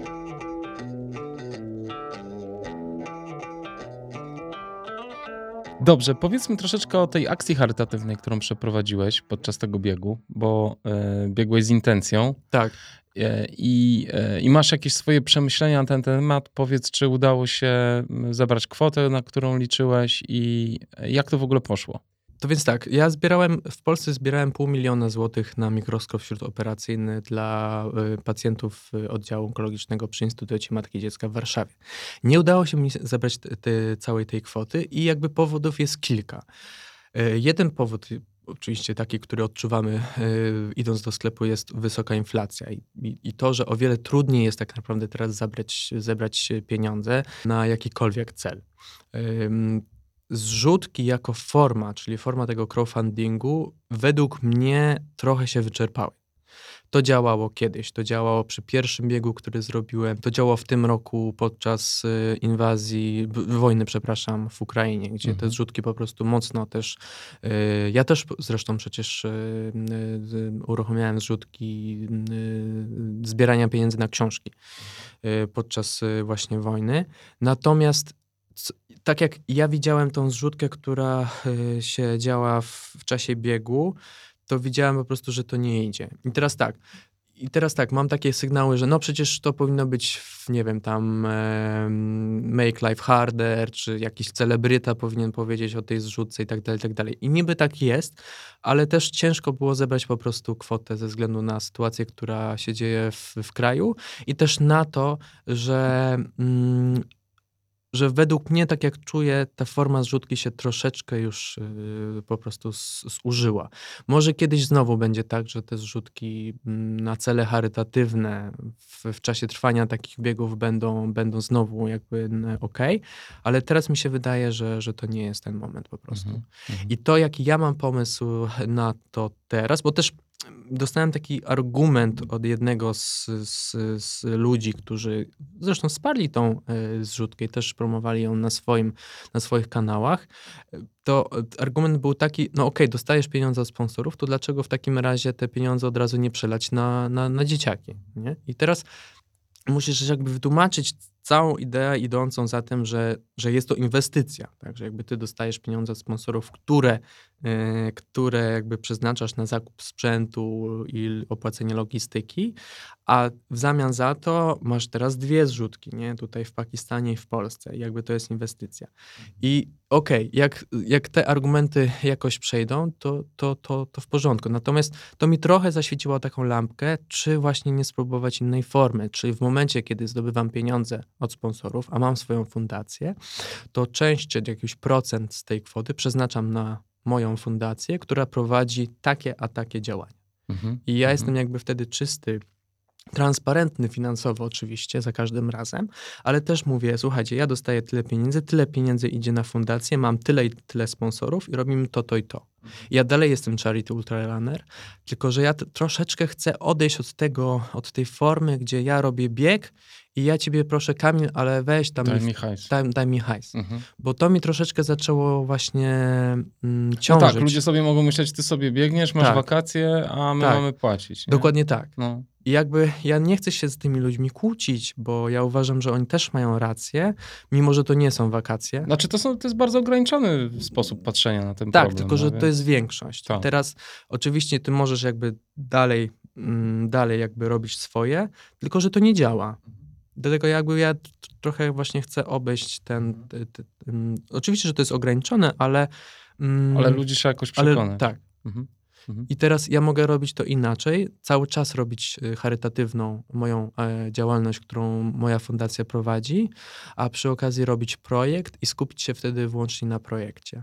Dobrze, powiedzmy troszeczkę o tej akcji charytatywnej, którą przeprowadziłeś podczas tego biegu, bo e, biegłeś z intencją. Tak. E, i, e, I masz jakieś swoje przemyślenia na ten temat. Powiedz, czy udało się zebrać kwotę, na którą liczyłeś i jak to w ogóle poszło? To więc tak, ja zbierałem, w Polsce zbierałem pół miliona złotych na mikroskop śródoperacyjny dla y, pacjentów oddziału onkologicznego przy Instytucie Matki i Dziecka w Warszawie. Nie udało się mi zebrać te, te, całej tej kwoty i jakby powodów jest kilka. Y, jeden powód, oczywiście taki, który odczuwamy y, idąc do sklepu, jest wysoka inflacja I, i, i to, że o wiele trudniej jest tak naprawdę teraz zabrać, zebrać pieniądze na jakikolwiek cel. Y, Zrzutki jako forma, czyli forma tego crowdfundingu, według mnie trochę się wyczerpały. To działało kiedyś, to działało przy pierwszym biegu, który zrobiłem, to działało w tym roku podczas inwazji, wojny, przepraszam, w Ukrainie, gdzie mhm. te zrzutki po prostu mocno też, ja też zresztą przecież uruchomiłem zrzutki zbierania pieniędzy na książki podczas właśnie wojny. Natomiast tak jak ja widziałem tą zrzutkę, która y, się działa w, w czasie biegu, to widziałem po prostu, że to nie idzie. I teraz tak, i teraz tak, mam takie sygnały, że no przecież to powinno być, w, nie wiem, tam e, Make Life Harder, czy jakiś celebryta powinien powiedzieć o tej zrzutce i tak dalej, i tak dalej. I niby tak jest, ale też ciężko było zebrać po prostu kwotę ze względu na sytuację, która się dzieje w, w kraju i też na to, że... Mm, że według mnie, tak jak czuję, ta forma zrzutki się troszeczkę już yy, po prostu z, zużyła. Może kiedyś znowu będzie tak, że te zrzutki na cele charytatywne w, w czasie trwania takich biegów będą, będą znowu jakby okej, okay, ale teraz mi się wydaje, że, że to nie jest ten moment po prostu. Mm-hmm. I to, jaki ja mam pomysł na to teraz, bo też dostałem taki argument od jednego z, z, z ludzi, którzy zresztą wsparli tą y, zrzutkę i też promowali ją na, swoim, na swoich kanałach. To argument był taki, no okej, okay, dostajesz pieniądze od sponsorów, to dlaczego w takim razie te pieniądze od razu nie przelać na, na, na dzieciaki, nie? I teraz musisz jakby wytłumaczyć całą ideę idącą za tym, że, że jest to inwestycja, tak, że jakby ty dostajesz pieniądze od sponsorów, które, yy, które jakby przeznaczasz na zakup sprzętu i opłacenie logistyki, a w zamian za to masz teraz dwie zrzutki, nie, tutaj w Pakistanie i w Polsce, i jakby to jest inwestycja. I okej, okay, jak, jak te argumenty jakoś przejdą, to, to, to, to w porządku. Natomiast to mi trochę zaświeciło taką lampkę, czy właśnie nie spróbować innej formy, czyli w momencie, kiedy zdobywam pieniądze od sponsorów, a mam swoją fundację, to część, czy jakiś procent z tej kwoty przeznaczam na moją fundację, która prowadzi takie a takie działania. Mhm, I ja mhm. jestem jakby wtedy czysty, transparentny finansowo oczywiście za każdym razem, ale też mówię, słuchajcie, ja dostaję tyle pieniędzy, tyle pieniędzy idzie na fundację, mam tyle i tyle sponsorów i robimy to, to i to. Ja dalej jestem Charity Ultra Runner, tylko że ja t- troszeczkę chcę odejść od tego, od tej formy, gdzie ja robię bieg i ja ciebie proszę, Kamil, ale weź tam Daj mi, mi hajs. daj, daj mi hajs. Mhm. Bo to mi troszeczkę zaczęło właśnie mm, No ciążyć. tak, ludzie sobie mogą myśleć, ty sobie biegniesz, masz Tak. wakacje, a my Tak. mamy płacić. Nie? Dokładnie tak. No. I jakby ja nie chcę się z tymi ludźmi kłócić, bo ja uważam, że oni też mają rację, mimo że to nie są wakacje. Znaczy to, są, to jest bardzo ograniczony sposób patrzenia na ten Tak, problem. tylko że no, to więc- jest większość. Tak. Teraz oczywiście ty możesz jakby dalej, mm, dalej jakby robić swoje, tylko że to nie działa. Dlatego jakby ja t- trochę właśnie chcę obejść ten... Ty, ty, mm, oczywiście, że to jest ograniczone, ale... mm, Ale ludzi trzeba jakoś ale przekonać. tak. Mhm. Mhm. I teraz ja mogę robić to inaczej, cały czas robić y, charytatywną moją e, działalność, którą moja fundacja prowadzi, a przy okazji robić projekt i skupić się wtedy wyłącznie na projekcie.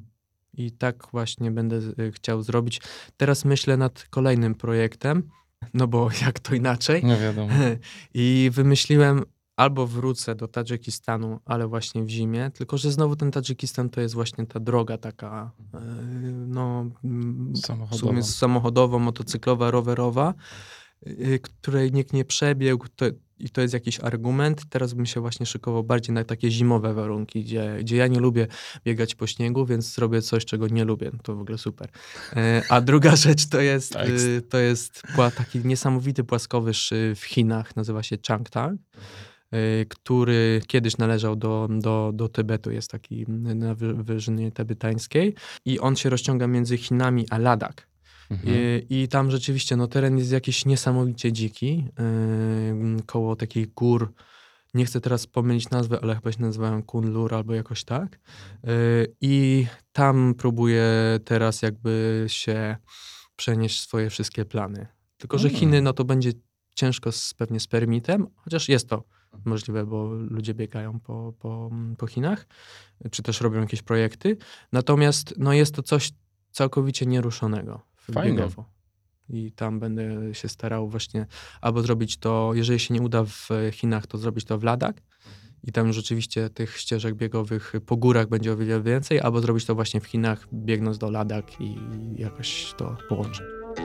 I tak właśnie będę y, chciał zrobić. Teraz myślę nad kolejnym projektem, no bo jak to inaczej. Nie wiadomo. I wymyśliłem, albo wrócę do Tadżykistanu, ale właśnie w zimie, tylko że znowu ten Tadżykistan to jest właśnie ta droga taka, e, no, mm, w Samochodowa. sumie samochodowa, motocyklowa, rowerowa, y, której nikt nie przebiegł to, i to jest jakiś argument. Teraz bym się właśnie szykował bardziej na takie zimowe warunki, gdzie, gdzie ja nie lubię biegać po śniegu, więc zrobię coś, czego nie lubię. To w ogóle super. E, a druga rzecz to jest, y, to jest pła, taki niesamowity płaskowyż y, w Chinach, nazywa się Changtang, y, który kiedyś należał do, do, do Tybetu, jest taki na wy- wyżynie tybetańskiej i on się rozciąga między Chinami a Ladakh. Mhm. I, I tam rzeczywiście no, teren jest jakiś niesamowicie dziki, yy, koło takich gór, nie chcę teraz pomylić nazwy, ale chyba się nazywają Kunlur albo jakoś tak. Yy, I tam próbuję teraz jakby się przenieść swoje wszystkie plany. Tylko, że Mm. Chiny, no to będzie ciężko z, pewnie z permitem, chociaż jest to możliwe, bo ludzie biegają po, po, po Chinach, czy też robią jakieś projekty. Natomiast no, jest to coś całkowicie nieruszonego Fajnie. biegowo. I tam będę się starał właśnie albo zrobić to, jeżeli się nie uda w Chinach, to zrobić to w Ladakh. I tam rzeczywiście tych ścieżek biegowych po górach będzie o wiele więcej, albo zrobić to właśnie w Chinach, biegnąc do Ladakh i jakoś to połączyć.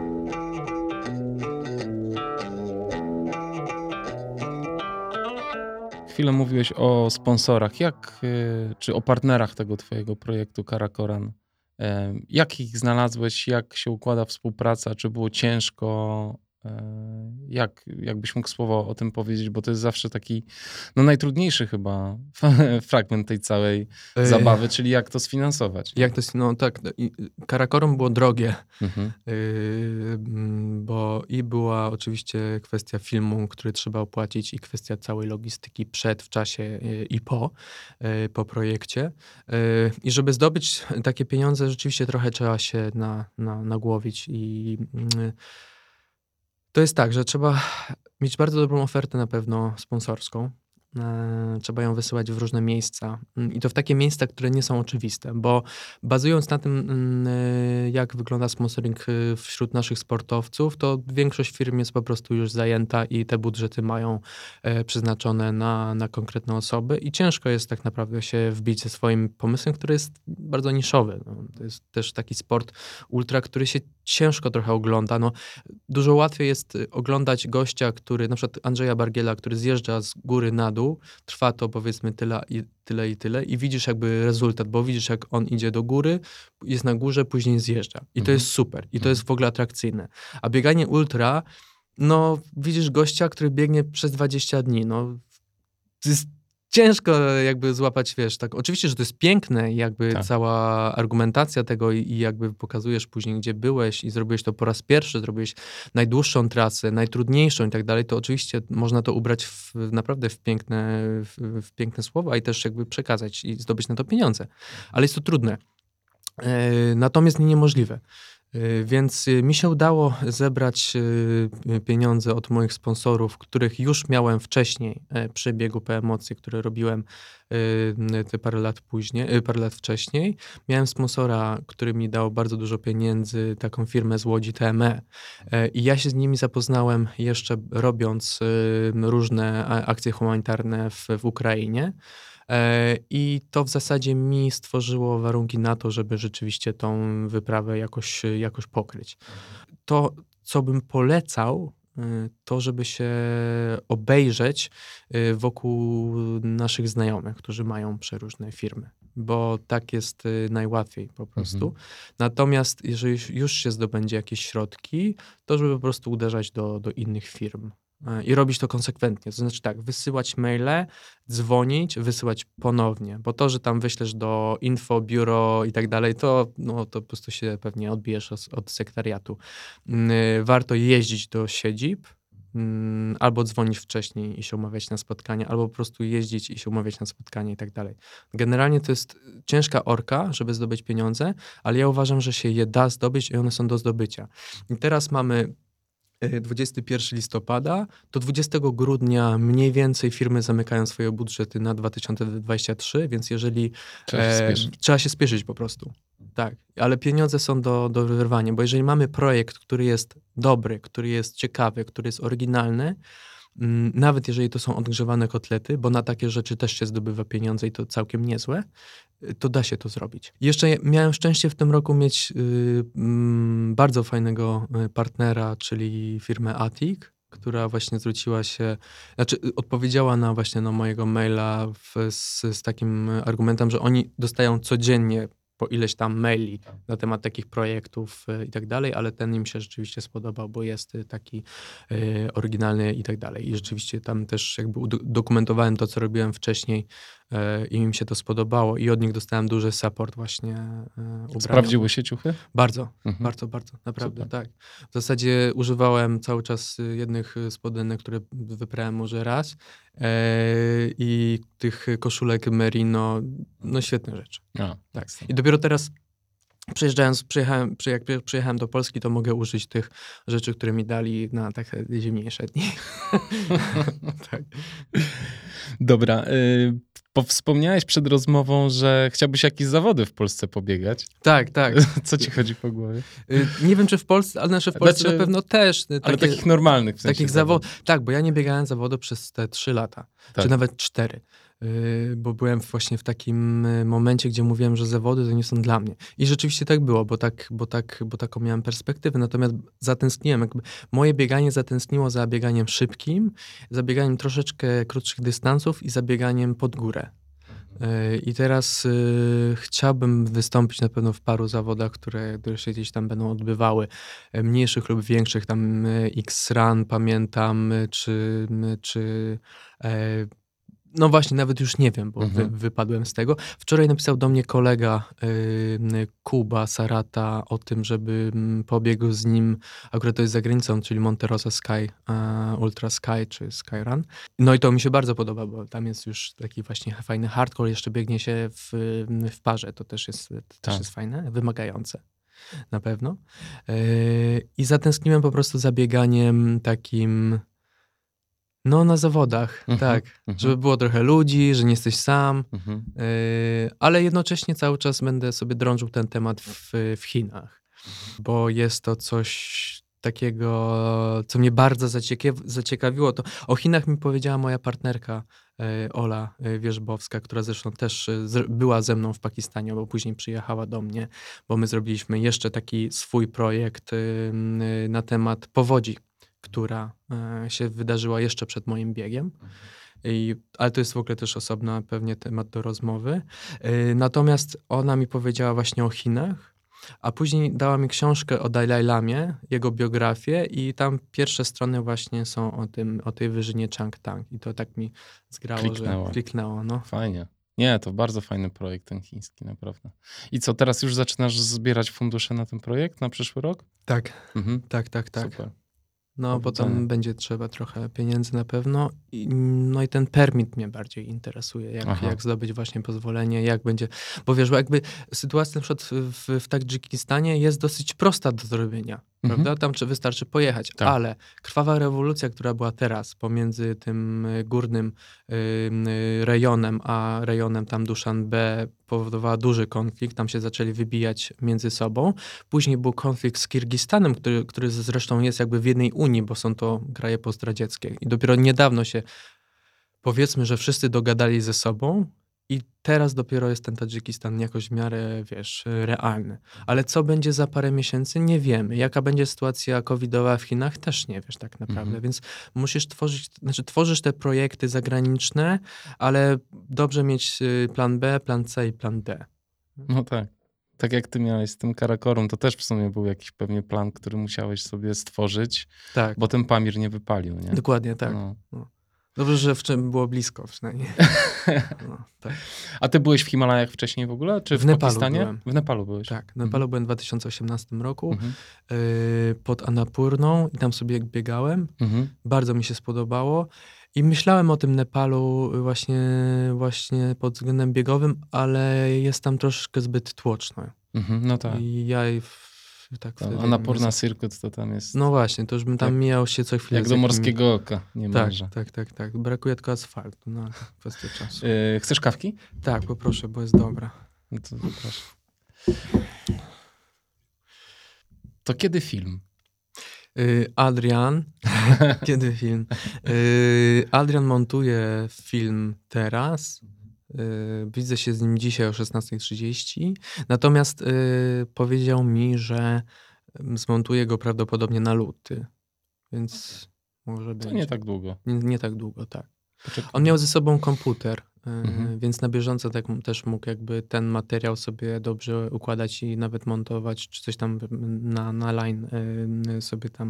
Chwilę mówiłeś o sponsorach, jak, y, czy o partnerach tego twojego projektu Karakoram. Em, Jak ich znalazłeś, jak się układa współpraca, czy było ciężko? E, Jak, jakbyś mógł słowo o tym powiedzieć, bo to jest zawsze taki no, najtrudniejszy chyba fragment tej całej Ej, zabawy, czyli jak to sfinansować. Jak to jest, no tak, no i Karakorum było drogie, Mhm. yy, mm, bo i była oczywiście kwestia filmu, który trzeba opłacić i kwestia całej logistyki przed, w czasie yy, i po, yy, po projekcie. Yy, I żeby zdobyć takie pieniądze, rzeczywiście trochę trzeba się na, na, nagłowić i yy, to jest tak, że trzeba mieć bardzo dobrą ofertę na pewno sponsorską. E, Trzeba ją wysyłać w różne miejsca Mm, i to w takie miejsca, które nie są oczywiste, bo bazując na tym, mm, e, jak wygląda sponsoring e, wśród naszych sportowców, to większość firm jest po prostu już zajęta i te budżety mają e, przeznaczone na, na konkretne osoby i ciężko jest tak naprawdę się wbić ze swoim pomysłem, który jest bardzo niszowy. No, to jest też taki sport ultra, który się ciężko trochę ogląda. No, dużo łatwiej jest y, oglądać gościa, który, na przykład Andrzeja Bargiela, który zjeżdża z góry na dół, trwa to powiedzmy tyle i tyle i tyle i widzisz jakby rezultat, bo widzisz jak on idzie do góry, jest na górze, później zjeżdża. I to Mhm. jest super. I to jest w ogóle atrakcyjne. A bieganie ultra, no widzisz gościa, który biegnie przez dwadzieścia dni, no to jest ciężko jakby złapać, wiesz, tak, oczywiście, że to jest piękne i jakby Tak. cała argumentacja tego i, i jakby pokazujesz później, gdzie byłeś i zrobiłeś to po raz pierwszy, zrobiłeś najdłuższą trasę, najtrudniejszą i tak dalej, to oczywiście można to ubrać w, naprawdę w piękne, w, w piękne słowa i też jakby przekazać i zdobyć na to pieniądze. Ale jest to trudne. E, natomiast nie niemożliwe. E, Więc e, mi się udało zebrać e, pieniądze od moich sponsorów, których już miałem wcześniej e, przy biegu po emocje, które robiłem e, te parę lat później, e, parę lat wcześniej. Miałem sponsora, który mi dał bardzo dużo pieniędzy, taką firmę z Łodzi T M E. E, I ja się z nimi zapoznałem jeszcze robiąc e, różne a- akcje humanitarne w, w Ukrainie. E, I to w zasadzie mi stworzyło warunki na to, żeby rzeczywiście tą wyprawę jakoś, jakoś pokryć. To, co bym polecał, to, żeby się obejrzeć wokół naszych znajomych, którzy mają przeróżne firmy, bo tak jest najłatwiej po prostu. Mhm. Natomiast jeżeli już się zdobędzie jakieś środki, to żeby po prostu uderzać do, do innych firm. I robić to konsekwentnie. To znaczy tak, wysyłać maile, dzwonić, wysyłać ponownie, bo to, że tam wyślesz do info, biuro i tak dalej, to, no, to po prostu się pewnie odbijesz od, od sekretariatu. Warto jeździć do siedzib, albo dzwonić wcześniej i się umawiać na spotkanie, albo po prostu jeździć i się umawiać na spotkanie i tak dalej. Generalnie to jest ciężka orka, żeby zdobyć pieniądze, ale ja uważam, że się je da zdobyć i one są do zdobycia. I teraz mamy dwudziestego pierwszego listopada, do dwudziestego grudnia mniej więcej firmy zamykają swoje budżety na dwa tysiące dwudziesty trzeci, więc jeżeli... Trzeba się e, spieszyć. Trzeba się spieszyć po prostu. Tak, ale pieniądze są do, do wyrwania, bo jeżeli mamy projekt, który jest dobry, który jest ciekawy, który jest oryginalny, m, nawet jeżeli to są odgrzewane kotlety, bo na takie rzeczy też się zdobywa pieniądze i to całkiem niezłe, to da się to zrobić. Jeszcze miałem szczęście w tym roku mieć y, y, bardzo fajnego partnera, czyli firmę Atik, która właśnie zwróciła się, znaczy odpowiedziała na właśnie na mojego maila w, z, z takim argumentem, że oni dostają codziennie po ileś tam maili na temat takich projektów i tak dalej, ale ten im się rzeczywiście spodobał, bo jest taki y, oryginalny i tak dalej. I rzeczywiście tam też jakby dokumentowałem to, co robiłem wcześniej y, i im się to spodobało i od nich dostałem duży support właśnie y, ubrania. Sprawdziły się ciuchy? Bardzo, mhm. bardzo, bardzo, naprawdę, Super. tak. W zasadzie używałem cały czas jednych spodenek, które wyprałem może raz y, i tych koszulek merino, no świetne rzeczy. A, tak. I dopiero teraz przyjeżdżając, przyjechałem, przy, jak przyjechałem do Polski, to mogę użyć tych rzeczy, które mi dali na takie zimniejsze dni. tak. Dobra. Y, wspomniałeś przed rozmową, że chciałbyś jakieś zawody w Polsce pobiegać. Tak, tak. Co ci chodzi po głowie? Y, nie wiem, czy w Polsce, ale znaczy w Polsce znaczy, na pewno też. Ale takie, takich normalnych w sensie takich zawodów. Tak, bo ja nie biegałem zawodu przez te trzy lata, tak. czy nawet cztery. Bo byłem właśnie w takim momencie, gdzie mówiłem, że zawody to nie są dla mnie. I rzeczywiście tak było, bo, tak, bo, tak, bo taką miałem perspektywę. Natomiast zatęskniłem. Jakby moje bieganie zatęskniło za bieganiem szybkim, za bieganiem troszeczkę krótszych dystansów i za bieganiem pod górę. I teraz y, chciałbym wystąpić na pewno w paru zawodach, które, które się gdzieś tam będą odbywały, mniejszych lub większych, tam X-Run pamiętam, czy, czy e, no właśnie, nawet już nie wiem, bo mhm. wy, wypadłem z tego. Wczoraj napisał do mnie kolega y, Kuba Sarata o tym, żeby pobiegł z nim, akurat to jest za granicą, czyli Monte Rosa Sky, uh, Ultra Sky czy Skyrun. No i to mi się bardzo podoba, bo tam jest już taki właśnie fajny hardcore, jeszcze biegnie się w, w parze, to też jest, to też jest fajne, wymagające. Na pewno. Y, I zatęskniłem po prostu za bieganiem takim... No, na zawodach, uh-huh, tak. Uh-huh. Żeby było trochę ludzi, że nie jesteś sam, uh-huh. y, ale jednocześnie cały czas będę sobie drążył ten temat w, w Chinach, bo jest to coś takiego, co mnie bardzo zaciekaw- zaciekawiło. To o Chinach mi powiedziała moja partnerka y, Ola y, Wierzbowska, która zresztą też y, z, była ze mną w Pakistanie, bo później przyjechała do mnie, bo my zrobiliśmy jeszcze taki swój projekt y, y, na temat powodzi, która e, się wydarzyła jeszcze przed moim biegiem. I, ale to jest w ogóle też osobny pewnie temat do rozmowy. E, natomiast ona mi powiedziała właśnie o Chinach, a później dała mi książkę o Dalaj Lamie, jego biografię i tam pierwsze strony właśnie są o tym, o tej wyżynie Changtang. I to tak mi zgrało, Kliknęło. że kliknęło. No. Fajnie. Nie, to bardzo fajny projekt ten chiński, naprawdę. I co, teraz już zaczynasz zbierać fundusze na ten projekt na przyszły rok? Tak, mhm. tak, tak, tak. Super. No, bo tam będzie trzeba trochę pieniędzy na pewno. I, no i ten permit mnie bardziej interesuje, jak, jak zdobyć właśnie pozwolenie, jak będzie... Bo wiesz, bo jakby sytuacja na przykład w, w Tadżykistanie jest dosyć prosta do zrobienia, mhm. prawda? Tam czy wystarczy pojechać, tak. Ale krwawa rewolucja, która była teraz pomiędzy tym górnym y, rejonem, a rejonem tam Duszanbe powodowała duży konflikt, tam się zaczęli wybijać między sobą. Później był konflikt z Kirgistanem, który, który zresztą jest jakby w jednej Unii, bo są to kraje pozdradzieckie. I dopiero niedawno się, powiedzmy, że wszyscy dogadali ze sobą I teraz dopiero jest ten Tadżykistan jakoś w miarę, wiesz, realny. Ale co będzie za parę miesięcy, nie wiemy. Jaka będzie sytuacja covidowa w Chinach, też nie wiesz tak naprawdę. Mhm. Więc musisz tworzyć, znaczy tworzysz te projekty zagraniczne, ale dobrze mieć y, plan B, plan C i plan D. No tak. Tak jak ty miałeś z tym Karakorum, to też w sumie był jakiś pewnie plan, który musiałeś sobie stworzyć, Tak, bo ten Pamir nie wypalił, nie? dokładnie tak. No. No. Dobrze, że w czym było blisko przynajmniej. No, tak. A ty byłeś w Himalajach wcześniej w ogóle? Czy w, W Nepalu Pakistanie? byłem. W Nepalu byłeś? Tak, w Nepalu byłem w dwa tysiące osiemnastym roku Mhm. y, pod Annapurną i tam sobie biegałem. Mhm. Bardzo mi się spodobało i myślałem o tym Nepalu właśnie, właśnie pod względem biegowym, ale jest tam troszkę zbyt tłoczno. Mhm. No tak. I ja i w, tak To wtedy... Annapurna Circuit to tam jest No właśnie, to już bym tam Jak- mijał się co chwilę. jak z do jakimi- morskiego oka, nie Tak, może. tak, tak, tak. Brakuje tylko asfaltu, no ale to kwestia czasu. Yy, chcesz kawki? Tak, poproszę, bo jest dobra. No to proszę. To kiedy film? Y, Adrian, kiedy film? Y, Adrian montuje film teraz. Y, widzę się z nim dzisiaj o szesnasta trzydzieści. Natomiast y, powiedział mi, że zmontuje go prawdopodobnie na luty. Więc może To być. nie tak długo. Nie, nie tak długo, tak. Poczekaj. On miał ze sobą komputer, y, Mhm. więc na bieżąco tak m- też mógł jakby ten materiał sobie dobrze układać i nawet montować, czy coś tam na, na line y, sobie tam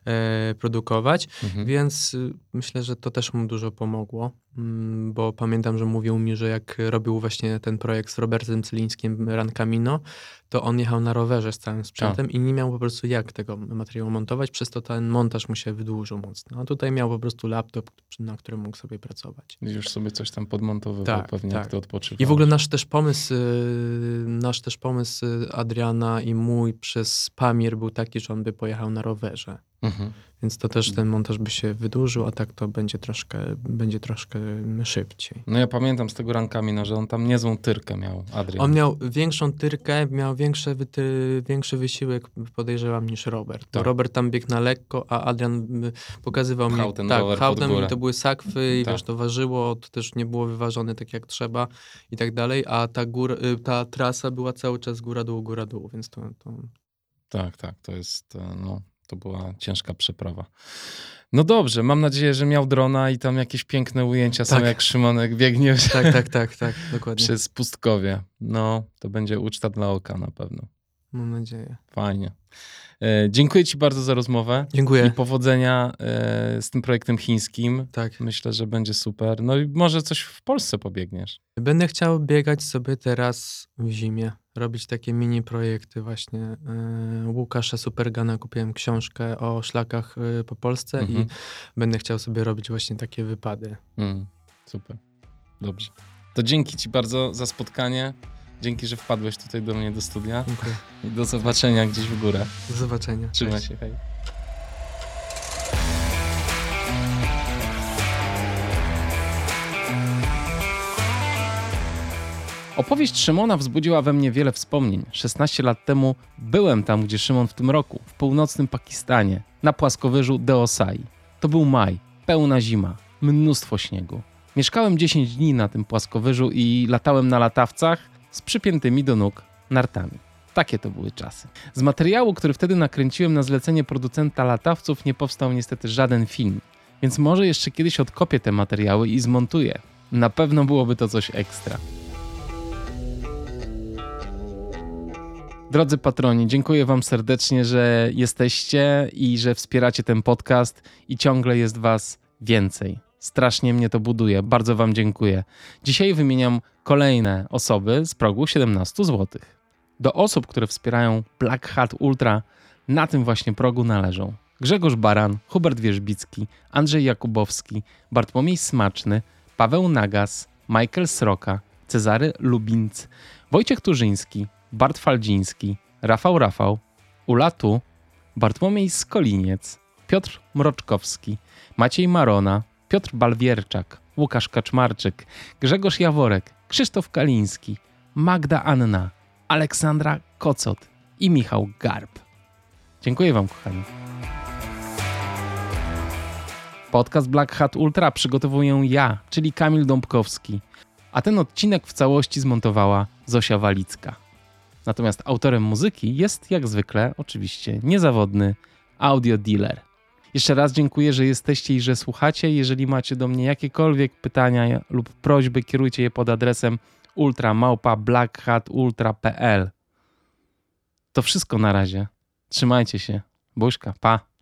y, produkować. Mhm. Więc y, myślę, że to też mu dużo pomogło, mm, bo pamiętam, że mówił mi, że jak robił właśnie ten projekt z Robertem Celińskim Run Camino, to on jechał na rowerze z całym sprzętem i nie miał po prostu jak tego materiału montować, przez to ten montaż mu się wydłużył mocno. A tutaj miał po prostu laptop, na którym mógł sobie pracować. I już sobie coś tam podmontowywał Tak, pewnie, tak. jak to odpoczywał. I w ogóle nasz też pomysł, y, nasz też pomysł y, Adriana i mój przez Pamir był taki, że on by pojechał na rowerze. Mhm. Więc to też ten montaż by się wydłużył, a tak to będzie troszkę, będzie troszkę szybciej. No ja pamiętam z tego rankami, no, że on tam niezłą tyrkę miał, Adrian. On miał większą tyrkę, miał większe, wyty, większy wysiłek, podejrzewam, niż Robert. Bo Tak. Robert tam biegł na lekko, a Adrian y, pokazywał Pchał mi... ten tak, rower pchał pod tam górę. i to były sakwy i Tak. wiesz, to ważyło, to też nie było wyważone tak jak trzeba i tak dalej, a ta, góra, y, ta trasa była cały czas góra-dół, góra-dół, więc to... to... Tak, tak, to jest, e, no, to była ciężka przeprawa. No dobrze, mam nadzieję, że miał drona i tam jakieś piękne ujęcia są, Tak. jak Szymonek biegnie Tak, tak, tak, tak, dokładnie. przez pustkowie. No, to będzie uczta dla oka na pewno. Mam nadzieję. Fajnie. E, dziękuję ci bardzo za rozmowę i Dziękuję. powodzenia e, z tym projektem chińskim. Tak. Myślę, że będzie super. No i może coś w Polsce pobiegniesz. Będę chciał biegać sobie teraz w zimie, robić takie mini projekty właśnie. Yy, Łukasza Supergana kupiłem książkę o szlakach yy, po Polsce Mhm. i będę chciał sobie robić właśnie takie wypady. Mm, super. Dobrze. To dzięki ci bardzo za spotkanie. Dzięki, że wpadłeś tutaj do mnie do studia. Dziękuję. I do zobaczenia gdzieś w górę. Do zobaczenia. Trzymaj Cześć. się, hej. Opowieść Szymona wzbudziła we mnie wiele wspomnień. szesnaście lat temu byłem tam, gdzie Szymon w tym roku, w północnym Pakistanie, na płaskowyżu Deosai. To był maj, pełna zima, mnóstwo śniegu. Mieszkałem dziesięć dni na tym płaskowyżu i latałem na latawcach z przypiętymi do nóg nartami. Takie to były czasy. Z materiału, który wtedy nakręciłem na zlecenie producenta latawców, nie powstał niestety żaden film. Więc może jeszcze kiedyś odkopię te materiały i zmontuję. Na pewno byłoby to coś ekstra. Drodzy patroni, dziękuję wam serdecznie, że jesteście i że wspieracie ten podcast i ciągle jest was więcej. Strasznie mnie to buduje. Bardzo wam dziękuję. Dzisiaj wymieniam kolejne osoby z progu siedemnaście złotych. Do osób, które wspierają Black Hat Ultra na tym właśnie progu należą Grzegorz Baran, Hubert Wierzbicki, Andrzej Jakubowski, Bartłomiej Smaczny, Paweł Nagas, Michael Sroka, Cezary Lubinc, Wojciech Turzyński, Bart Faldziński, Rafał Rafał, Ula Tu, Bartłomiej Skoliniec, Piotr Mroczkowski, Maciej Marona, Piotr Balwierczak, Łukasz Kaczmarczyk, Grzegorz Jaworek, Krzysztof Kaliński, Magda Anna, Aleksandra Kocot i Michał Garb. Dziękuję wam, kochani. Podcast Black Hat Ultra przygotowuję ja, czyli Kamil Dąbkowski. a ten odcinek w całości zmontowała Zosia Walicka. Natomiast autorem muzyki jest jak zwykle oczywiście niezawodny Audio Dealer. Jeszcze raz dziękuję, że jesteście i że słuchacie. Jeżeli macie do mnie jakiekolwiek pytania lub prośby, kierujcie je pod adresem ultra małpa black hat ultra kropka p l. To wszystko na razie. Trzymajcie się. Buźka, pa.